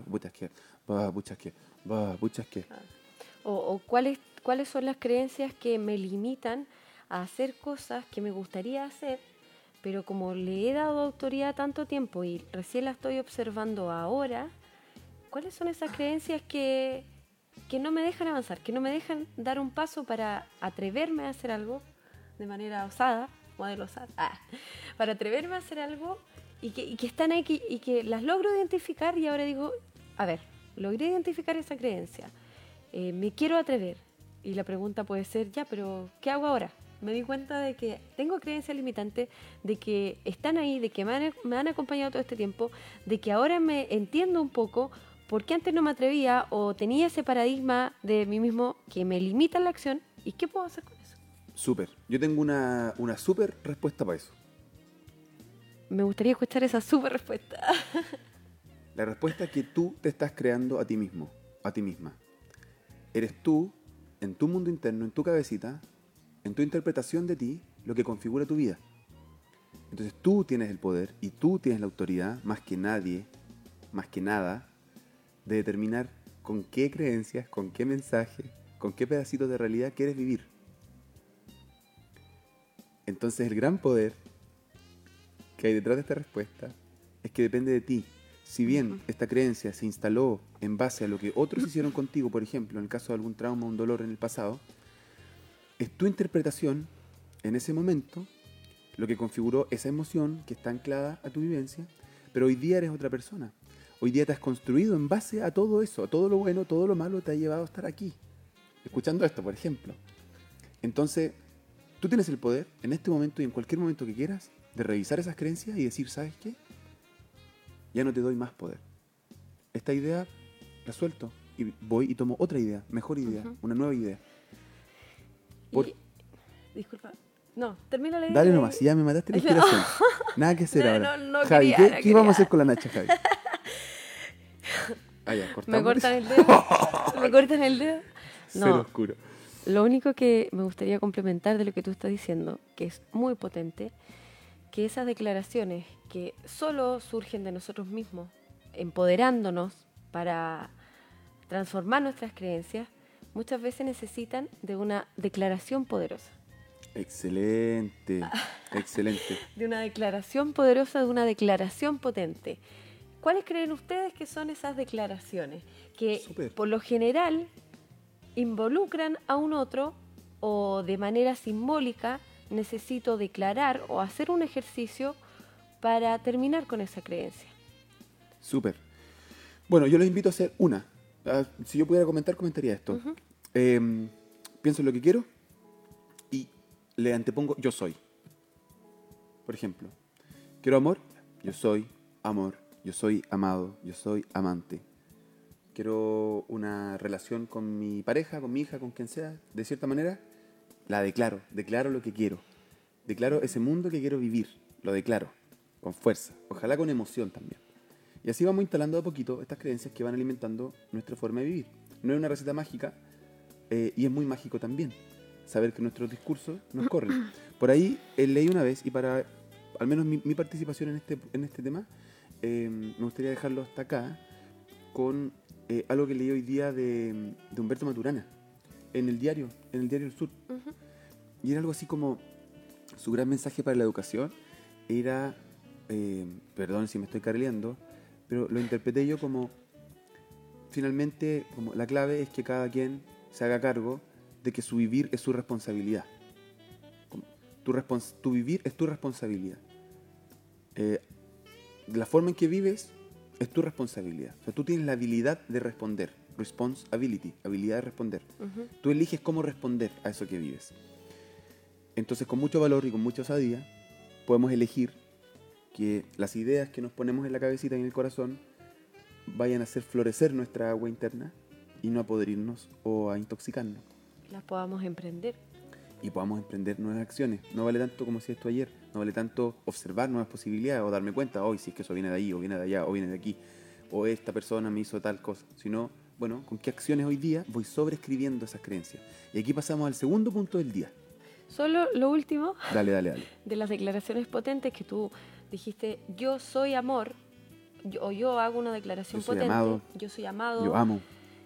O cuáles son las creencias que me limitan a hacer cosas que me gustaría hacer, pero como le he dado autoridad tanto tiempo y recién la estoy observando ahora, ¿cuáles son esas creencias que no me dejan avanzar, que no me dejan dar un paso para atreverme a hacer algo de manera osada, modelo osada, para atreverme a hacer algo y que están ahí y que las logro identificar y ahora digo, a ver, logré identificar esa creencia, me quiero atrever y la pregunta puede ser, ya, pero ¿qué hago ahora? Me di cuenta de que tengo creencias limitantes, de que están ahí, de que me han acompañado todo este tiempo, de que ahora me entiendo un poco por qué antes no me atrevía o tenía ese paradigma de mí mismo que me limita la acción y qué puedo hacer con eso. Súper. Yo tengo una súper respuesta para eso. Me gustaría escuchar esa súper respuesta. La respuesta es que tú te estás creando a ti mismo, a ti misma. Eres tú, en tu mundo interno, en tu cabecita, en tu interpretación de ti, lo que configura tu vida. Entonces tú tienes el poder y tú tienes la autoridad, más que nadie, más que nada, de determinar con qué creencias, con qué mensaje, con qué pedacitos de realidad quieres vivir. Entonces el gran poder que hay detrás de esta respuesta es que depende de ti. Si bien esta creencia se instaló en base a lo que otros hicieron contigo, por ejemplo, en el caso de algún trauma o un dolor en el pasado, es tu interpretación en ese momento lo que configuró esa emoción que está anclada a tu vivencia, pero hoy día eres otra persona. Hoy día te has construido en base a todo eso, a todo lo bueno, todo lo malo te ha llevado a estar aquí, escuchando esto, por ejemplo. Entonces, tú tienes el poder en este momento y en cualquier momento que quieras de revisar esas creencias y decir, ¿sabes qué? Ya no te doy más poder. Esta idea la suelto y voy y tomo otra idea, mejor idea, una nueva idea. Disculpa. No, termina la idea. Dale nomás, ya me mataste la inspiración. Nada que hacer ahora. No Javi, quería, ¿qué íbamos a hacer con la Nacha, Javi? Ya, cortamos. ¿Me cortan el dedo? ¿Me cortan el dedo? No. Cero oscuro. Lo único que me gustaría complementar de lo que tú estás diciendo, que es muy potente, que esas declaraciones que solo surgen de nosotros mismos, empoderándonos para transformar nuestras creencias, muchas veces necesitan de una declaración poderosa. Excelente, excelente. De una declaración poderosa, de una declaración potente. ¿Cuáles creen ustedes que son esas declaraciones? Que Súper. por lo general involucran a un otro o de manera simbólica necesito declarar o hacer un ejercicio para terminar con esa creencia. Súper. Bueno, yo les invito a hacer una. Si yo pudiera comentar, comentaría esto. Pienso en lo que quiero y le antepongo yo soy. Por ejemplo, quiero amor, yo soy amor. Yo soy amado, yo soy amante. Quiero una relación con mi pareja, con mi hija, con quien sea, de cierta manera, la declaro lo que quiero. Declaro ese mundo que quiero vivir, lo declaro, con fuerza, ojalá con emoción también. Y así vamos instalando de a poquito estas creencias que van alimentando nuestra forma de vivir. No es una receta mágica y es muy mágico también saber que nuestros discursos nos corren. Por ahí leí una vez, y para al menos mi participación en este tema, me gustaría dejarlo hasta acá con algo que leí hoy día de Humberto Maturana en el diario El Sur. Y era algo así como su gran mensaje para la educación era, perdón si me estoy carrileando, pero lo interpreté yo como, finalmente, como la clave es que cada quien se haga cargo de que su vivir es su responsabilidad. Como, tu vivir es tu responsabilidad. La forma en que vives es tu responsabilidad. O sea, tú tienes la habilidad de responder. Responsibility, habilidad de responder. Tú eliges cómo responder a eso que vives. Entonces, con mucho valor y con mucha osadía, podemos elegir que las ideas que nos ponemos en la cabecita y en el corazón vayan a hacer florecer nuestra agua interna y no a podrirnos o a intoxicarnos. Las podamos emprender. Y podamos emprender nuevas acciones. No vale tanto como si esto ayer, no vale tanto observar nuevas posibilidades o darme cuenta, hoy si es que eso viene de ahí, o viene de allá, o viene de aquí, o esta persona me hizo tal cosa, sino, bueno, con qué acciones hoy día voy sobreescribiendo esas creencias. Y aquí pasamos al segundo punto del día. Solo lo último Dale. de las declaraciones potentes que tú dijiste, yo soy amor, yo hago una declaración potente, yo soy amado. Yo amo.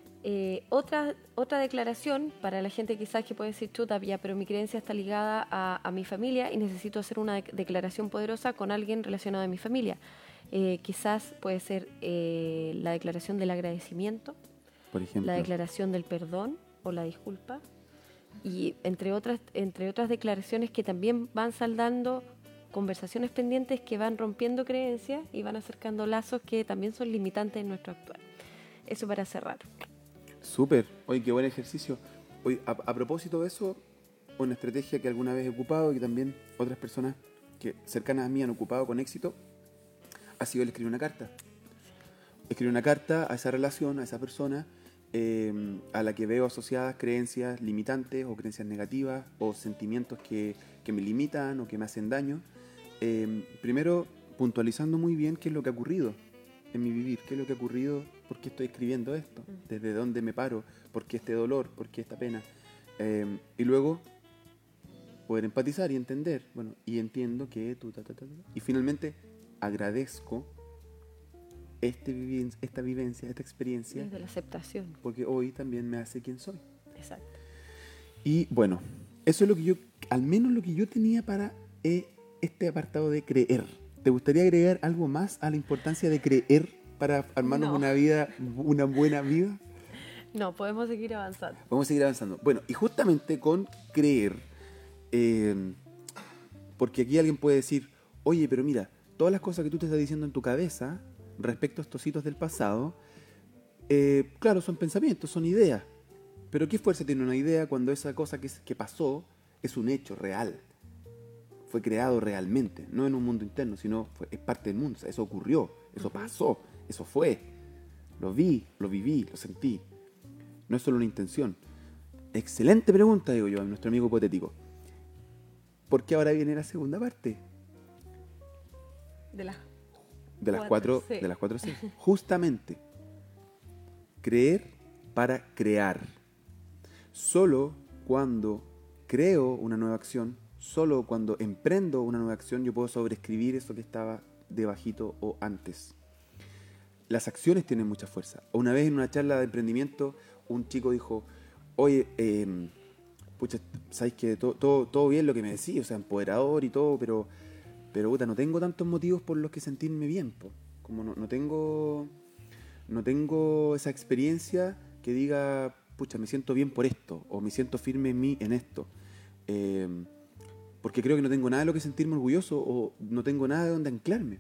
Otra declaración para la gente quizás que puede decir chuta, ya, pero mi creencia está ligada a mi familia y necesito hacer una declaración poderosa con alguien relacionado a mi familia. Quizás puede ser la declaración del agradecimiento, por ejemplo, la declaración del perdón o la disculpa, y entre otras declaraciones que también van saldando conversaciones pendientes que van rompiendo creencias y van acercando lazos que también son limitantes en nuestro actuar. Eso para cerrar. Súper. Oye, qué buen ejercicio. Oye, a propósito de eso, una estrategia que alguna vez he ocupado y que también otras personas que cercanas a mí han ocupado con éxito ha sido el escribir una carta. Escribir una carta a esa relación, a esa persona a la que veo asociadas creencias limitantes o creencias negativas o sentimientos que me limitan o que me hacen daño. Primero, puntualizando muy bien qué es lo que ha ocurrido en mi vivir, qué es lo que ha ocurrido, por qué estoy escribiendo esto, desde dónde me paro, por qué este dolor, por qué esta pena. Y luego poder empatizar y entender, bueno, y entiendo que tú, y finalmente agradezco esta vivencia, esta experiencia. Desde la aceptación. Porque hoy también me hace quien soy. Exacto. Y bueno, eso es lo que yo, al menos lo que yo tenía para este apartado de creer. ¿Te gustaría agregar algo más a la importancia de creer para armarnos una buena vida? No, podemos seguir avanzando. Vamos a seguir avanzando. Bueno, y justamente con creer, porque aquí alguien puede decir, oye, pero mira, todas las cosas que tú te estás diciendo en tu cabeza respecto a estos hitos del pasado, claro, son pensamientos, son ideas. Pero ¿qué fuerza tiene una idea cuando esa cosa que pasó es un hecho real? Fue creado realmente, no en un mundo interno, sino es parte del mundo. O sea, eso ocurrió, eso pasó, eso fue. Lo vi, lo viví, lo sentí. No es solo una intención. Excelente pregunta, digo yo, a nuestro amigo hipotético. ¿Por qué ahora viene la segunda parte? De las 4C. De las 4C. Justamente, creer para crear. Solo cuando creo una nueva acción, solo cuando emprendo una nueva acción yo puedo sobreescribir eso que estaba debajito o antes. Las acciones tienen mucha fuerza. Una vez en una charla de emprendimiento, un chico dijo, oye, pucha, sabes que todo bien lo que me decís, o sea, empoderador y todo, pero puta, no tengo tantos motivos por los que sentirme bien, po. Como no tengo esa experiencia que diga, pucha, me siento bien por esto, o me siento firme en mí en esto. Porque creo que no tengo nada de lo que sentirme orgulloso, o no tengo nada de donde anclarme.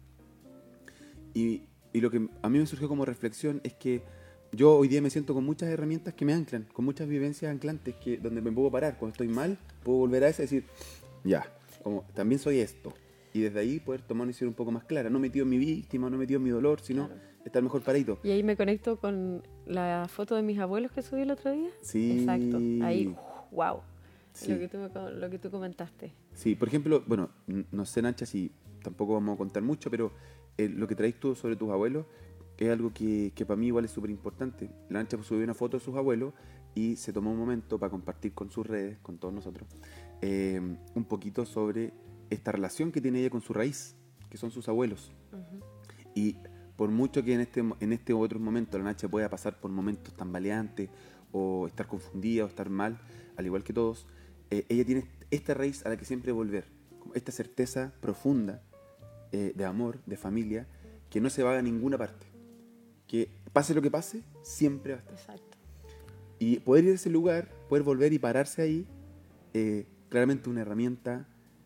Y lo que a mí me surgió como reflexión es que yo hoy día me siento con muchas herramientas que me anclan, con muchas vivencias anclantes donde me puedo parar. Cuando estoy mal, puedo volver a esa y decir, ya, como también soy esto. Y desde ahí poder tomar una decisión un poco más clara. No metido en mi víctima, no metido en mi dolor, sino estar mejor paradito. Y ahí me conecto con la foto de mis abuelos que subí el otro día. Sí. Exacto. Ahí, wow. Sí. Lo que tú comentaste. Sí, por ejemplo, bueno, no sé, Nacha, si tampoco vamos a contar mucho, pero lo que traes tú sobre tus abuelos es algo que para mí igual es súper importante. La Nacha subió una foto de sus abuelos y se tomó un momento para compartir con sus redes, con todos nosotros, un poquito sobre esta relación que tiene ella con su raíz, que son sus abuelos. Uh-huh. Y por mucho que en este u otro momento la Nacha pueda pasar por momentos tambaleantes o estar confundida o estar mal, al igual que todos, ella tiene esta raíz a la que siempre volver, esta certeza profunda de amor, de familia, que no se va a ninguna parte, que pase lo que pase, siempre va a estar. Exacto. Y poder ir a ese lugar, poder volver y pararse ahí, claramente una herramienta,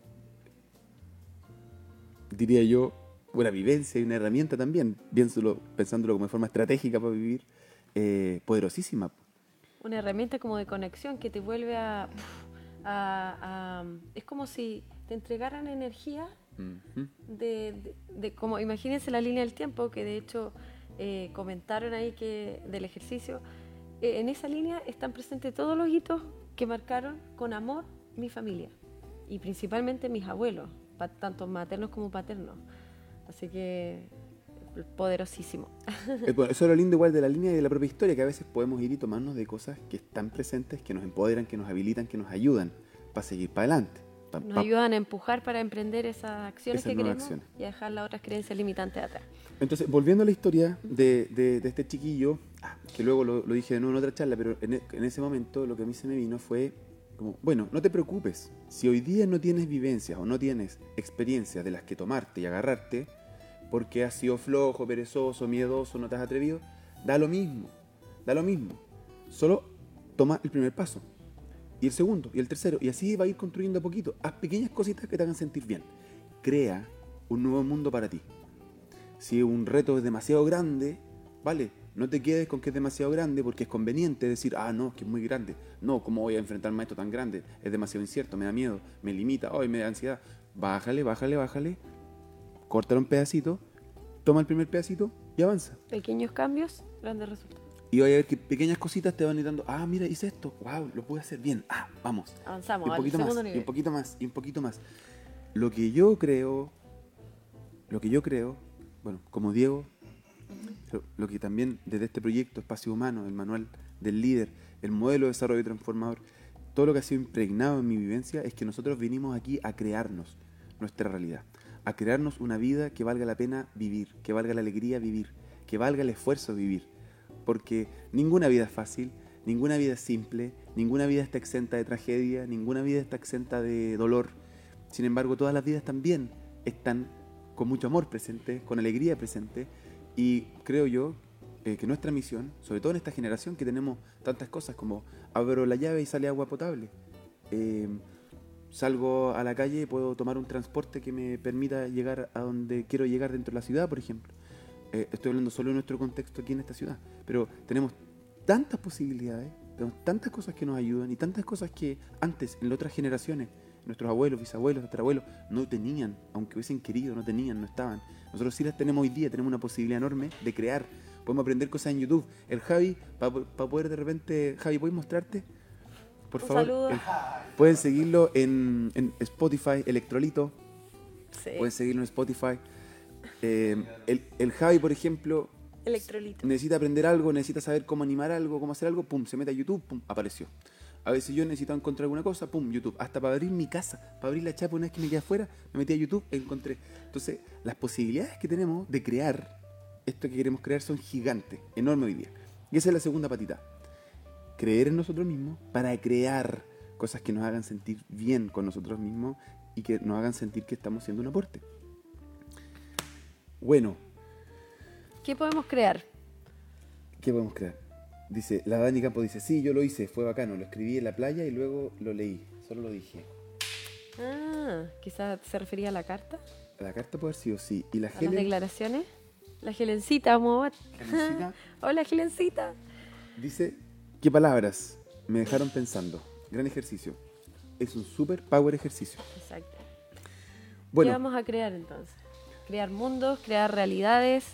diría yo, una vivencia y una herramienta también, pensándolo como de forma estratégica para vivir, poderosísima. Una herramienta como de conexión que te vuelve a es como si te entregaran energía. Uh-huh. de como imagínense la línea del tiempo que de hecho comentaron ahí que del ejercicio, en esa línea están presentes todos los hitos que marcaron con amor mi familia y principalmente mis abuelos, tanto maternos como paternos, así que poderosísimo. Bueno, eso es lo lindo igual de la línea y de la propia historia, que a veces podemos ir y tomarnos de cosas que están presentes, que nos empoderan, que nos habilitan, que nos ayudan para seguir para adelante. Nos ayudan a empujar para emprender esas acciones que queremos y a dejar las otras creencias limitantes atrás. Entonces, volviendo a la historia de este chiquillo, que luego lo dije de nuevo en otra charla, pero en ese momento lo que a mí se me vino fue como, bueno, no te preocupes, si hoy día no tienes vivencias o no tienes experiencias de las que tomarte y agarrarte, porque has sido flojo, perezoso, miedoso, no te has atrevido, da lo mismo, solo toma el primer paso. Y el segundo, y el tercero, y así va a ir construyendo a poquito. Haz pequeñas cositas que te hagan sentir bien. Crea un nuevo mundo para ti. Si un reto es demasiado grande, vale, no te quedes con que es demasiado grande porque es conveniente decir, no, es que es muy grande. No, ¿cómo voy a enfrentarme a esto tan grande? Es demasiado incierto, me da miedo, me limita, me da ansiedad. Bájale, córtalo un pedacito, toma el primer pedacito y avanza. Pequeños cambios, grandes resultados. Y vas a ver que pequeñas cositas te van ir dando, mira, hice esto, wow, lo pude hacer bien, vamos. Avanzamos, y un poquito al segundo más, nivel. y un poquito más, y un poquito más. Lo que yo creo, bueno, como Diego, lo que también desde este proyecto Espacio Humano, el manual del líder, el modelo de desarrollo transformador, todo lo que ha sido impregnado en mi vivencia es que nosotros vinimos aquí a crearnos nuestra realidad, a crearnos una vida que valga la pena vivir, que valga la alegría vivir, que valga el esfuerzo vivir. Porque ninguna vida es fácil, ninguna vida es simple, ninguna vida está exenta de tragedia, ninguna vida está exenta de dolor. Sin embargo, todas las vidas también están con mucho amor presente, con alegría presente. Y creo yo que nuestra misión, sobre todo en esta generación que tenemos tantas cosas como abro la llave y sale agua potable, salgo a la calle, puedo tomar un transporte que me permita llegar a donde quiero llegar dentro de la ciudad, por ejemplo. Estoy hablando solo de nuestro contexto aquí en esta ciudad, pero tenemos tantas posibilidades, tenemos tantas cosas que nos ayudan y tantas cosas que antes, en las otras generaciones, nuestros abuelos, bisabuelos, tatarabuelos, no tenían, aunque hubiesen querido, no tenían, no estaban. Nosotros sí las tenemos hoy día, tenemos una posibilidad enorme de crear, podemos aprender cosas en YouTube. El Javi, para poder de repente, Javi, ¿puedes mostrarte? Por favor. Saludo. Pueden seguirlo en Spotify, Electrolito. Sí. Pueden seguirlo en Spotify. El Javi, por ejemplo, Electrolito. necesita aprender algo, necesita saber cómo animar algo, cómo hacer algo, pum, se mete a YouTube, pum, apareció. A veces yo necesitaba encontrar alguna cosa, pum, YouTube. Hasta para abrir mi casa, para abrir la chapa una vez que me quedé afuera, me metí a YouTube e encontré. Entonces, las posibilidades que tenemos de crear esto que queremos crear son gigantes, enormes hoy día. Y esa es la segunda patita. Creer en nosotros mismos para crear cosas que nos hagan sentir bien con nosotros mismos y que nos hagan sentir que estamos haciendo un aporte. Bueno, ¿Qué podemos crear? ¿qué podemos crear? Dice, la Dani Campo dice, sí, yo lo hice, fue bacano, lo escribí en la playa y luego lo leí, solo lo dije. Quizás se refería a la carta, La carta puede haber sido sí. Y la a las Helen, declaraciones. La Gelencita, amor. Helencita, Hola, Gelencita. dice, ¿qué palabras me dejaron pensando? Gran ejercicio. Es un super power ejercicio. Exacto. Bueno, ¿Qué vamos a crear entonces? Crear mundos, crear realidades,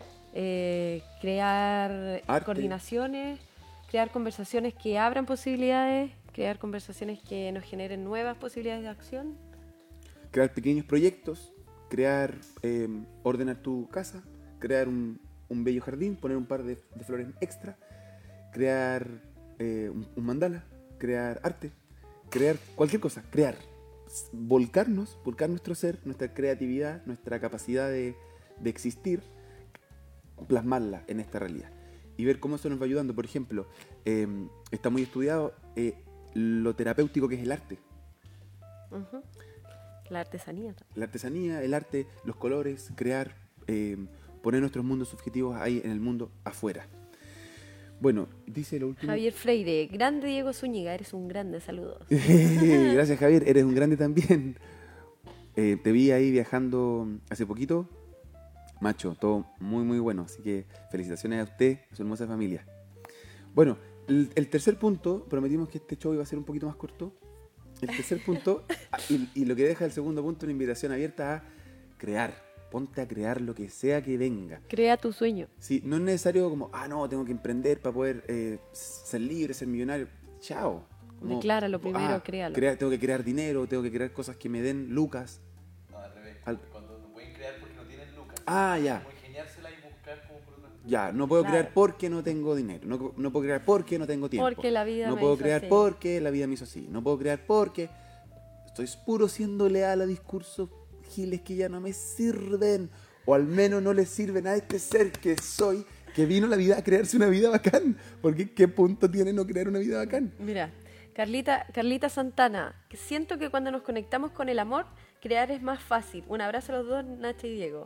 crear Arte. coordinaciones, crear conversaciones que abran posibilidades, crear conversaciones que nos generen nuevas posibilidades de acción. crear pequeños proyectos, crear, ordenar tu casa, crear un bello jardín, poner un par de flores extra, crear un mandala, crear arte, crear cualquier cosa, crear. Volcar nuestro ser, nuestra creatividad, nuestra capacidad de existir, plasmarla en esta realidad y ver cómo eso nos va ayudando. Por ejemplo, está muy estudiado lo terapéutico que es el arte. Ujú. La artesanía también. La artesanía, el arte, los colores, crear, poner nuestros mundos subjetivos ahí en el mundo afuera. Bueno, dice lo último. Javier Freire, grande Diego Zúñiga, eres un grande, saludos. Gracias, Javier, eres un grande también. Te vi ahí viajando hace poquito. Macho, todo muy muy bueno, así que felicitaciones a usted, a su hermosa familia. Bueno, el tercer punto, prometimos que este show iba a ser un poquito más corto. El tercer punto, y lo que deja el segundo punto, una invitación abierta a crear. Ponte a crear lo que sea que venga. Crea tu sueño. Sí, no es necesario como, no, tengo que emprender para poder ser libre, ser millonario. Chao. Como, Decláralo primero, créalo. Tengo que crear dinero, tengo que crear cosas que me den lucas. No, al revés. Al- Cuando no pueden crear porque no tienen lucas. Ya. Como ingeniársela y buscar como por otra. Ya, no puedo Claro. crear porque no tengo dinero. No puedo crear porque no tengo tiempo. Porque la vida No me puedo hizo crear así. porque la vida me hizo así. No puedo crear porque estoy puro siendo leal a discursos giles que ya no me sirven. O al menos no le sirven a este ser que soy, que vino a la vida a crearse una vida bacán. Porque ¿qué punto tiene no crear una vida bacán? Mira, Carlita Santana, que siento que cuando nos conectamos con el amor, crear es más fácil. Un abrazo a los dos, Nacha y Diego.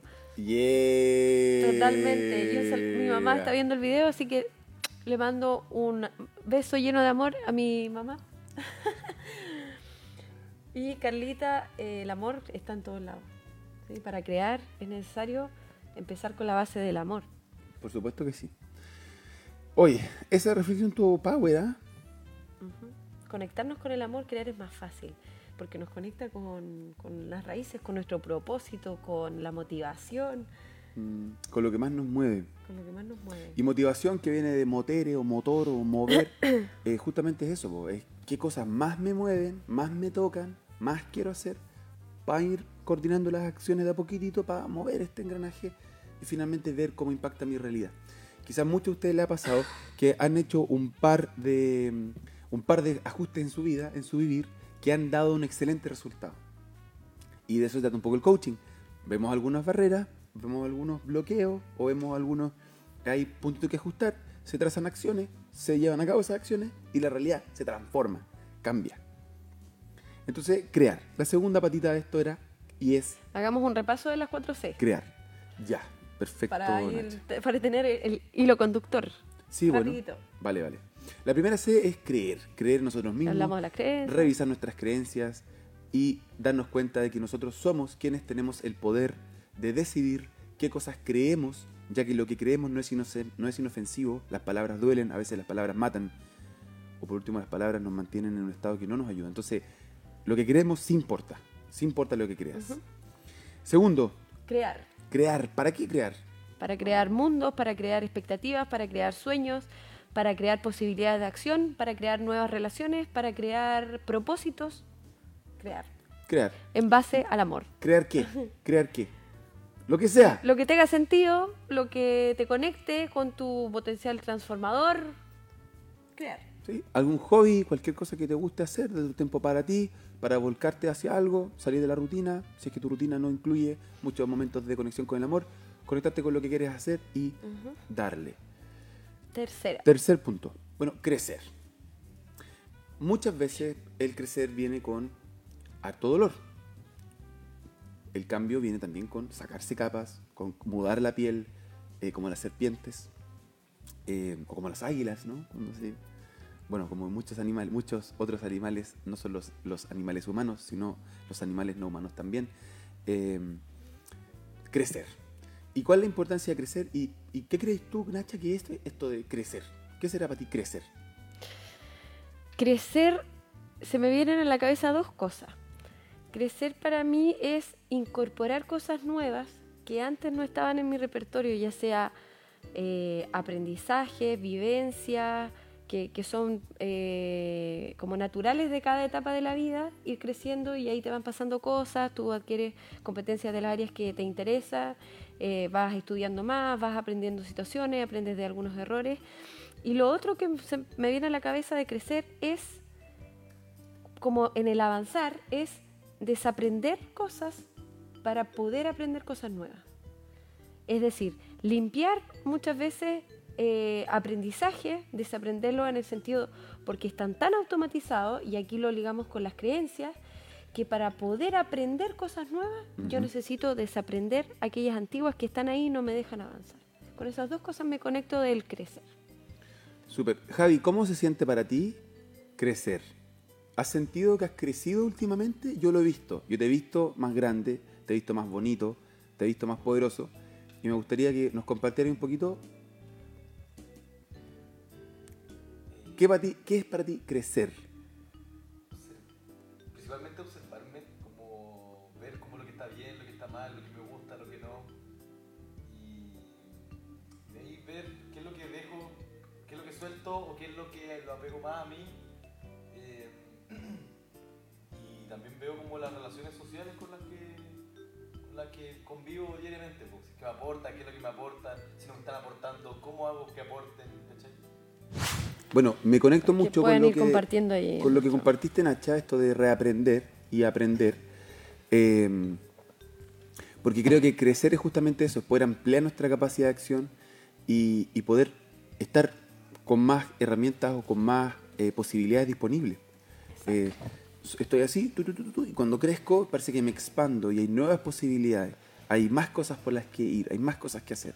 Yeah. Totalmente. Mi mamá está viendo el video, así que le mando un beso lleno de amor a mi mamá. Y Carlita, el amor está en todos lados. ¿Sí? Para crear es necesario empezar con la base del amor. Por supuesto que sí. Oye, esa reflexión tuvo power, ¿ah? Ujú. Conectarnos con el amor, crear es más fácil, porque nos conecta con las raíces, con nuestro propósito, con la motivación, Con lo que más nos mueve. con lo que más nos mueve. Y motivación que viene de motere o motor o mover, justamente es eso, po, es qué cosas más me mueven, más me tocan, más quiero hacer, para ir coordinando las acciones de a poquitito, para mover este engranaje y finalmente ver cómo impacta mi realidad. Quizás a muchos de ustedes les ha pasado que han hecho un par de ajustes en su vida, en su vivir, que han dado un excelente resultado. Y de eso se trata un poco el coaching. Vemos algunas barreras, vemos algunos bloqueos o vemos algunos que hay puntos que ajustar, se trazan acciones, se llevan a cabo esas acciones y la realidad se transforma, cambia. Entonces, crear. La segunda patita de esto era y es Hagamos un repaso de las 4C crear. Ya, perfecto. Nacha. para tener el hilo conductor. Sí, bueno. Rapidito. Vale. La primera C es creer en nosotros mismos. Hablamos de las creencias. Revisar nuestras creencias y darnos cuenta de que nosotros somos quienes tenemos el poder de decidir qué cosas creemos, ya que lo que creemos no es inofensivo, las palabras duelen, a veces las palabras matan, o por último las palabras nos mantienen en un estado que no nos ayuda. Entonces, lo que creemos sí importa lo que creas. Ujú. Segundo, Crear. crear. ¿Para qué crear? Para crear mundos, para crear expectativas, para crear sueños, para crear posibilidades de acción, para crear nuevas relaciones, para crear propósitos. Crear. En base al amor. ¿Crear qué? ¿Crear qué? Lo que sea. Lo que tenga sentido, lo que te conecte con tu potencial transformador. Crear. ¿sí? Algún hobby, cualquier cosa que te guste hacer, de tu tiempo para ti, para volcarte hacia algo, salir de la rutina. Si es que tu rutina no incluye muchos momentos de conexión con el amor, conectarte con lo que quieres hacer y darle. Tercera. Tercer punto. Bueno, crecer. Muchas veces el crecer viene con harto dolor. El cambio viene también con sacarse capas, con mudar la piel, como las serpientes, o como las águilas, ¿no? Bueno, como muchos animales, muchos otros animales, no son los animales humanos, sino los animales no humanos también. Crecer. ¿Y cuál es la importancia de crecer? ¿Y qué crees tú, Nacha, que es esto de crecer? ¿Qué será para ti crecer? Crecer, se me vienen a la cabeza dos cosas. Crecer para mí es incorporar cosas nuevas que antes no estaban en mi repertorio, ya sea aprendizaje, vivencia, que son como naturales de cada etapa de la vida, ir creciendo y ahí te van pasando cosas, tú adquieres competencias de las áreas que te interesan, vas estudiando más, vas aprendiendo situaciones, aprendes de algunos errores. Y lo otro que me viene a la cabeza de crecer es, como en el avanzar, es desaprender cosas para poder aprender cosas nuevas. Es decir, limpiar muchas veces aprendizaje, desaprenderlo en el sentido, porque están tan automatizados, y aquí lo ligamos con las creencias, que para poder aprender cosas nuevas, yo necesito desaprender aquellas antiguas que están ahí y no me dejan avanzar. Con esas dos cosas me conecto del crecer. Súper. Javi, ¿cómo se siente para ti crecer? ¿Has sentido que has crecido últimamente? Yo lo he visto. Yo te he visto más grande, te he visto más bonito, te he visto más poderoso. Y me gustaría que nos compartieras un poquito qué es para ti crecer. Principalmente observarme, como ver como lo que está bien, lo que está mal, lo que me gusta, lo que no. Y de ahí ver qué es lo que dejo, qué es lo que suelto o qué es lo que lo apego más a mí. Y también veo como las relaciones sociales con las que convivo diariamente, pues, qué me aportan, qué es lo que me aportan, si no me están aportando, cómo hago que aporten, ¿cachai? Bueno, me conecto mucho con lo que ahí, compartiste, Nacha, esto de reaprender y aprender. Porque creo que crecer es justamente eso, es poder ampliar nuestra capacidad de acción y poder estar con más herramientas o con más posibilidades disponibles. Estoy así, y cuando crezco parece que me expando y hay nuevas posibilidades, hay más cosas por las que ir, hay más cosas que hacer.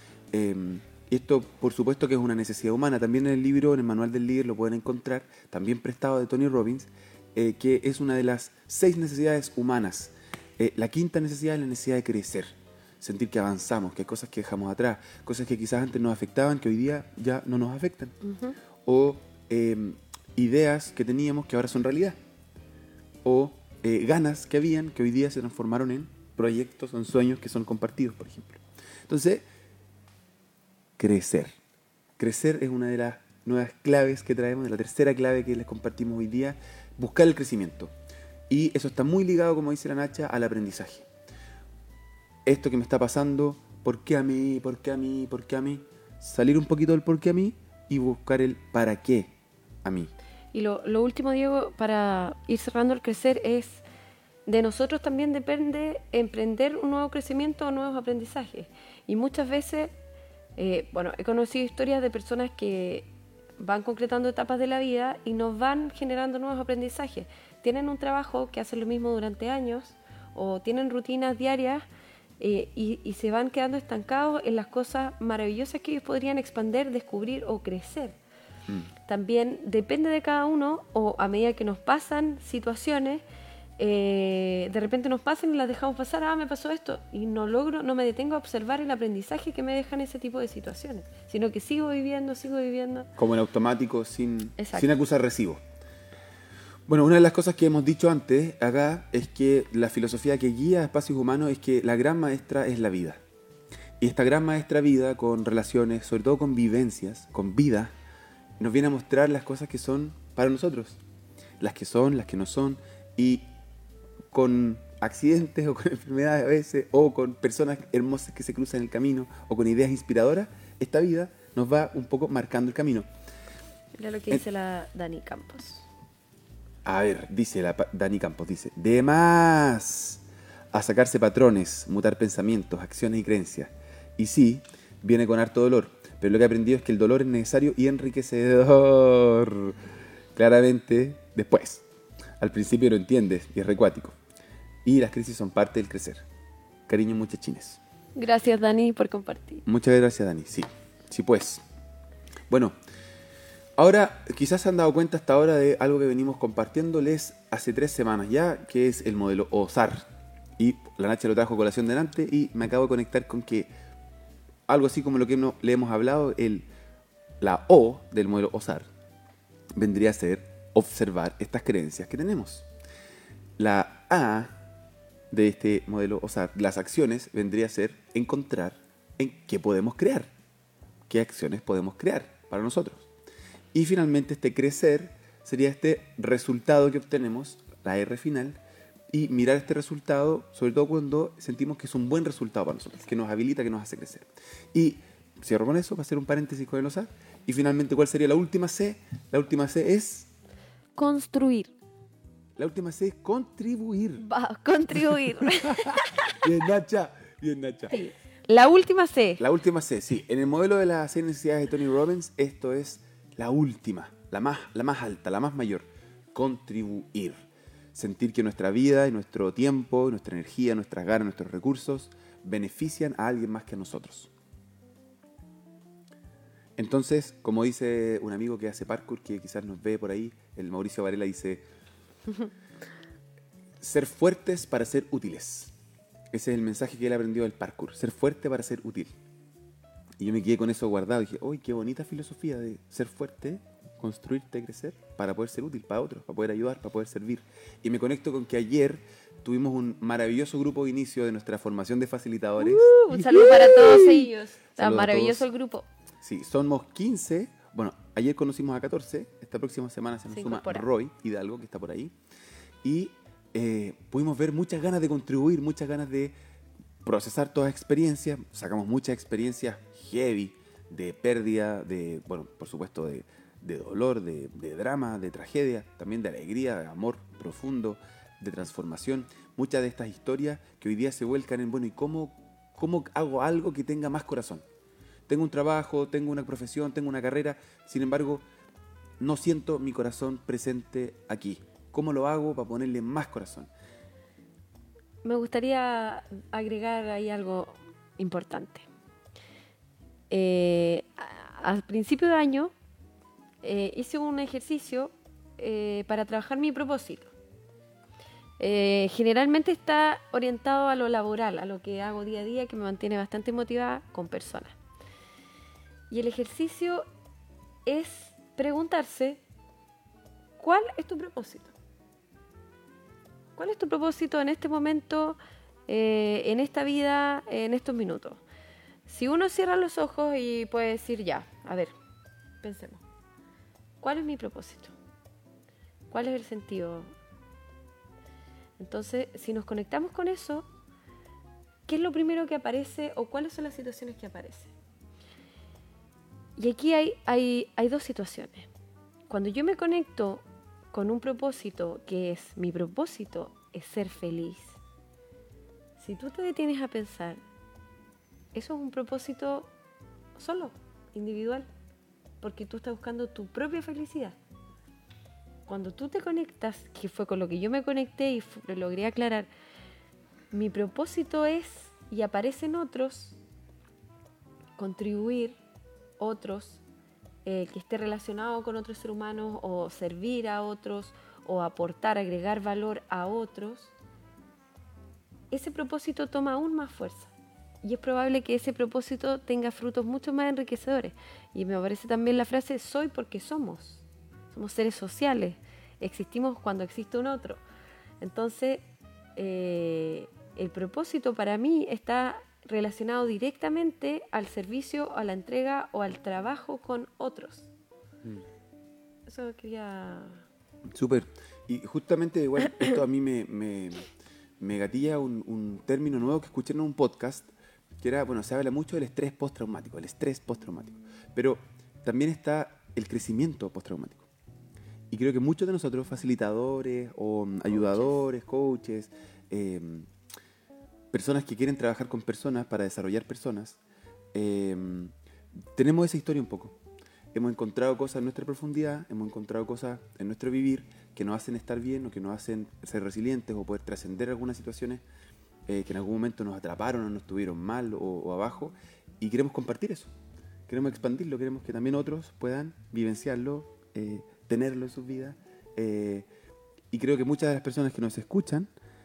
Esto, por supuesto, que es una necesidad humana. También en el libro, en el manual del líder, lo pueden encontrar, también prestado de Tony Robbins, que es una de las 6 necesidades humanas. La quinta necesidad es la necesidad de crecer, sentir que avanzamos, que hay cosas que dejamos atrás, cosas que quizás antes nos afectaban, que hoy día ya no nos afectan. O ideas que teníamos que ahora son realidad. O ganas que habían, que hoy día se transformaron en proyectos o en sueños que son compartidos, por ejemplo. Entonces, crecer. Crecer es una de las nuevas claves que traemos, de la tercera clave que les compartimos hoy día, buscar el crecimiento. Y eso está muy ligado, como dice la Nacha, al aprendizaje. Esto que me está pasando, ¿por qué a mí? ¿Por qué a mí? ¿Por qué a mí? Salir un poquito del por qué a mí y buscar el para qué a mí. Y lo último, Diego, para ir cerrando el crecer, es de nosotros también depende emprender un nuevo crecimiento o nuevos aprendizajes. Y muchas veces, he conocido historias de personas que van concretando etapas de la vida y nos van generando nuevos aprendizajes. Tienen un trabajo que hacen lo mismo durante años o tienen rutinas diarias y se van quedando estancados en las cosas maravillosas que ellos podrían expandir, descubrir o crecer. También depende de cada uno, o a medida que nos pasan situaciones, de repente nos pasan y las dejamos pasar. Me pasó esto, y no me detengo a observar el aprendizaje que me dejan ese tipo de situaciones, sino que sigo viviendo. Como en automático, sin acusar recibo. Bueno, una de las cosas que hemos dicho antes acá es que la filosofía que guía a Espacios Humanos es que la gran maestra es la vida. Y esta gran maestra vida, con relaciones, sobre todo con vivencias, con vida, nos viene a mostrar las cosas que son para nosotros, las que son, las que no son, y con accidentes o con enfermedades a veces, o con personas hermosas que se cruzan en el camino, o con ideas inspiradoras, esta vida nos va un poco marcando el camino. Mira lo que dice la Dani Campos. A ver, dice Dani Campos, dice, de más a sacarse patrones, mutar pensamientos, acciones y creencias. Y sí, viene con harto dolor, pero lo que he aprendido es que el dolor es necesario y enriquecedor. Claramente, después. Al principio lo entiendes y es recuático. Y las crisis son parte del crecer. Cariño, muchachines. Gracias, Dani, por compartir. Muchas gracias, Dani. Sí, sí pues. Bueno, ahora quizás se han dado cuenta hasta ahora de algo que venimos compartiéndoles hace 3 semanas ya, que es el modelo OSAR. Y la Nacha lo trajo a colación delante y me acabo de conectar con que algo así como lo que le hemos hablado, la O del modelo OSAR vendría a ser observar estas creencias que tenemos. La A de este modelo OSAR, las acciones, vendría a ser encontrar en qué podemos crear, qué acciones podemos crear para nosotros. Y finalmente este crecer sería este resultado que obtenemos, la R final, y mirar este resultado, sobre todo cuando sentimos que es un buen resultado para nosotros, que nos habilita, que nos hace crecer. Y cierro con eso, para hacer un paréntesis con el OSAR. Y finalmente, ¿cuál sería la última C? La última C es... Construir. La última C es contribuir. Va, contribuir. Bien, Nacha. Bien, Nacha. Sí. La última C. La última C, sí. En el modelo de las 6 necesidades de Tony Robbins, esto es la última, la más alta, la más mayor. Contribuir. Sentir que nuestra vida y nuestro tiempo, nuestra energía, nuestras ganas, nuestros recursos benefician a alguien más que a nosotros. Entonces, como dice un amigo que hace parkour, que quizás nos ve por ahí, el Mauricio Varela dice, ser fuertes para ser útiles. Ese es el mensaje que él aprendió del parkour, ser fuerte para ser útil. Y yo me quedé con eso guardado y dije, ¡uy, qué bonita filosofía de ser fuerte, construirte, crecer, para poder ser útil para otros, para poder ayudar, para poder servir! Y me conecto con que ayer tuvimos un maravilloso grupo de inicio de nuestra formación de facilitadores. Un saludo para todos ellos. Está Saludos a maravilloso todos. el grupo. Sí, somos 15. Bueno, ayer conocimos a 14. Esta próxima semana se nos suma incorpora Roy Hidalgo, que está por ahí. Y pudimos ver muchas ganas de contribuir, muchas ganas de procesar todas las experiencias. Sacamos muchas experiencias heavy, de pérdida, de, bueno, por supuesto, de dolor, de drama, de tragedia, también de alegría, de amor profundo, de transformación. Muchas de estas historias que hoy día se vuelcan en, bueno, ¿y cómo hago algo que tenga más corazón? Tengo un trabajo, tengo una profesión, tengo una carrera, sin embargo, no siento mi corazón presente aquí. ¿Cómo lo hago para ponerle más corazón? Me gustaría agregar ahí algo importante. Al principio de año hice un ejercicio para trabajar mi propósito. Generalmente está orientado a lo laboral, a lo que hago día a día, que me mantiene bastante motivada con personas. Y el ejercicio es preguntarse, ¿cuál es tu propósito? ¿Cuál es tu propósito en este momento, en esta vida, en estos minutos? Si uno cierra los ojos y puede decir, ya, a ver, pensemos, ¿cuál es mi propósito? ¿Cuál es el sentido? Entonces, si nos conectamos con eso, ¿qué es lo primero que aparece o cuáles son las situaciones que aparecen? Y aquí hay 2 situaciones. Cuando yo me conecto con un propósito que es, mi propósito es ser feliz. Si tú te detienes a pensar, eso es un propósito solo, individual, porque tú estás buscando tu propia felicidad. Cuando tú te conectas, que fue con lo que yo me conecté y lo logré aclarar, mi propósito es, y aparecen otros, contribuir, otros, que esté relacionado con otros seres humanos, o servir a otros, o aportar, agregar valor a otros, ese propósito toma aún más fuerza. Y es probable que ese propósito tenga frutos mucho más enriquecedores. Y me parece también la frase, soy porque somos. Somos seres sociales. Existimos cuando existe un otro. Entonces, el propósito para mí está relacionado directamente al servicio, a la entrega o al trabajo con otros. Eso quería... Súper. Y justamente, igual, esto a mí me gatilla un término nuevo que escuché en un podcast, que era, bueno, se habla mucho del estrés postraumático, pero también está el crecimiento postraumático. Y creo que muchos de nosotros, facilitadores o ayudadores, coaches, personas que quieren trabajar con personas para desarrollar personas, tenemos esa historia un poco. Hemos encontrado cosas en nuestra profundidad, hemos encontrado cosas en nuestro vivir que nos hacen estar bien o que nos hacen ser resilientes o poder trascender algunas situaciones que en algún momento nos atraparon o nos tuvieron mal o abajo, y queremos compartir eso, queremos expandirlo, queremos que también otros puedan vivenciarlo, tenerlo en sus vidas, y creo que muchas de las personas que nos escuchan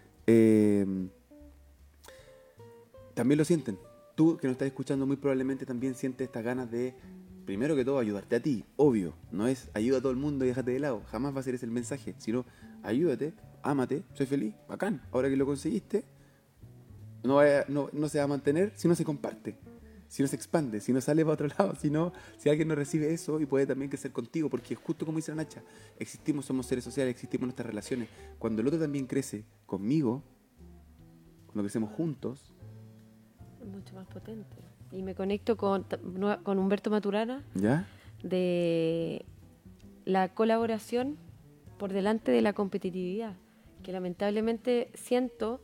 también lo sienten. Tú que nos estás escuchando muy probablemente también sientes estas ganas de, primero que todo, ayudarte a ti, obvio. No es ayuda a todo el mundo y déjate de lado. Jamás va a ser ese el mensaje. Sino, ayúdate, ámate, soy feliz, bacán. Ahora que lo conseguiste, no se va a mantener si no se comparte, si no se expande, si no sale para otro lado, si alguien no recibe eso y puede también crecer contigo. Porque justo como dice la Nacha, existimos, somos seres sociales, existimos en nuestras relaciones. Cuando el otro también crece conmigo, cuando crecemos juntos, mucho más potente. Y me conecto con Humberto Maturana, ¿ya? De la colaboración por delante de la competitividad, que lamentablemente siento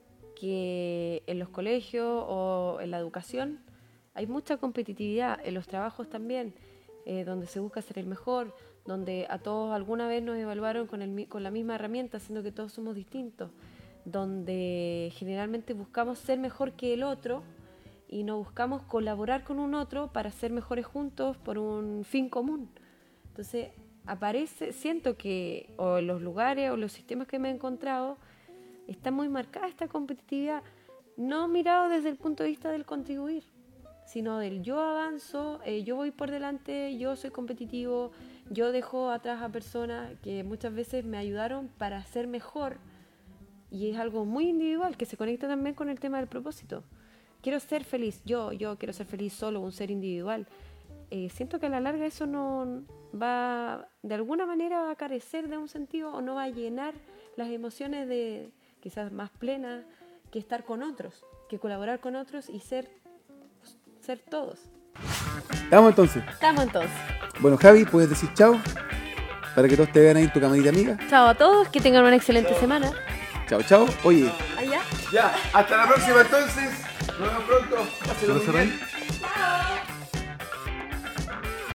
que en los colegios o en la educación hay mucha competitividad, en los trabajos también, donde se busca ser el mejor, donde a todos alguna vez nos evaluaron con la misma herramienta, siendo que todos somos distintos, donde generalmente buscamos ser mejor que el otro y no buscamos colaborar con un otro para ser mejores juntos por un fin común. Entonces siento que o en los lugares o los sistemas que me he encontrado está muy marcada esta competitividad, no mirado desde el punto de vista del contribuir, sino del yo avanzo, yo voy por delante, yo soy competitivo, yo dejo atrás a personas que muchas veces me ayudaron para ser mejor. Y es algo muy individual que se conecta también con el tema del propósito. Quiero ser feliz, yo quiero ser feliz solo, un ser individual. Siento que a la larga eso no va, de alguna manera va a carecer de un sentido o no va a llenar las emociones de quizás más plenas que estar con otros, que colaborar con otros y ser todos. ¿Estamos entonces? Estamos entonces. Bueno, Javi, puedes decir chao para que todos te vean ahí en tu camarita amiga. Chao a todos, que tengan una excelente semana. Chao, chao. Oye. ¿Allá? Ya, hasta la próxima entonces. Nos vemos pronto. Pásenlo muy bien. Chao.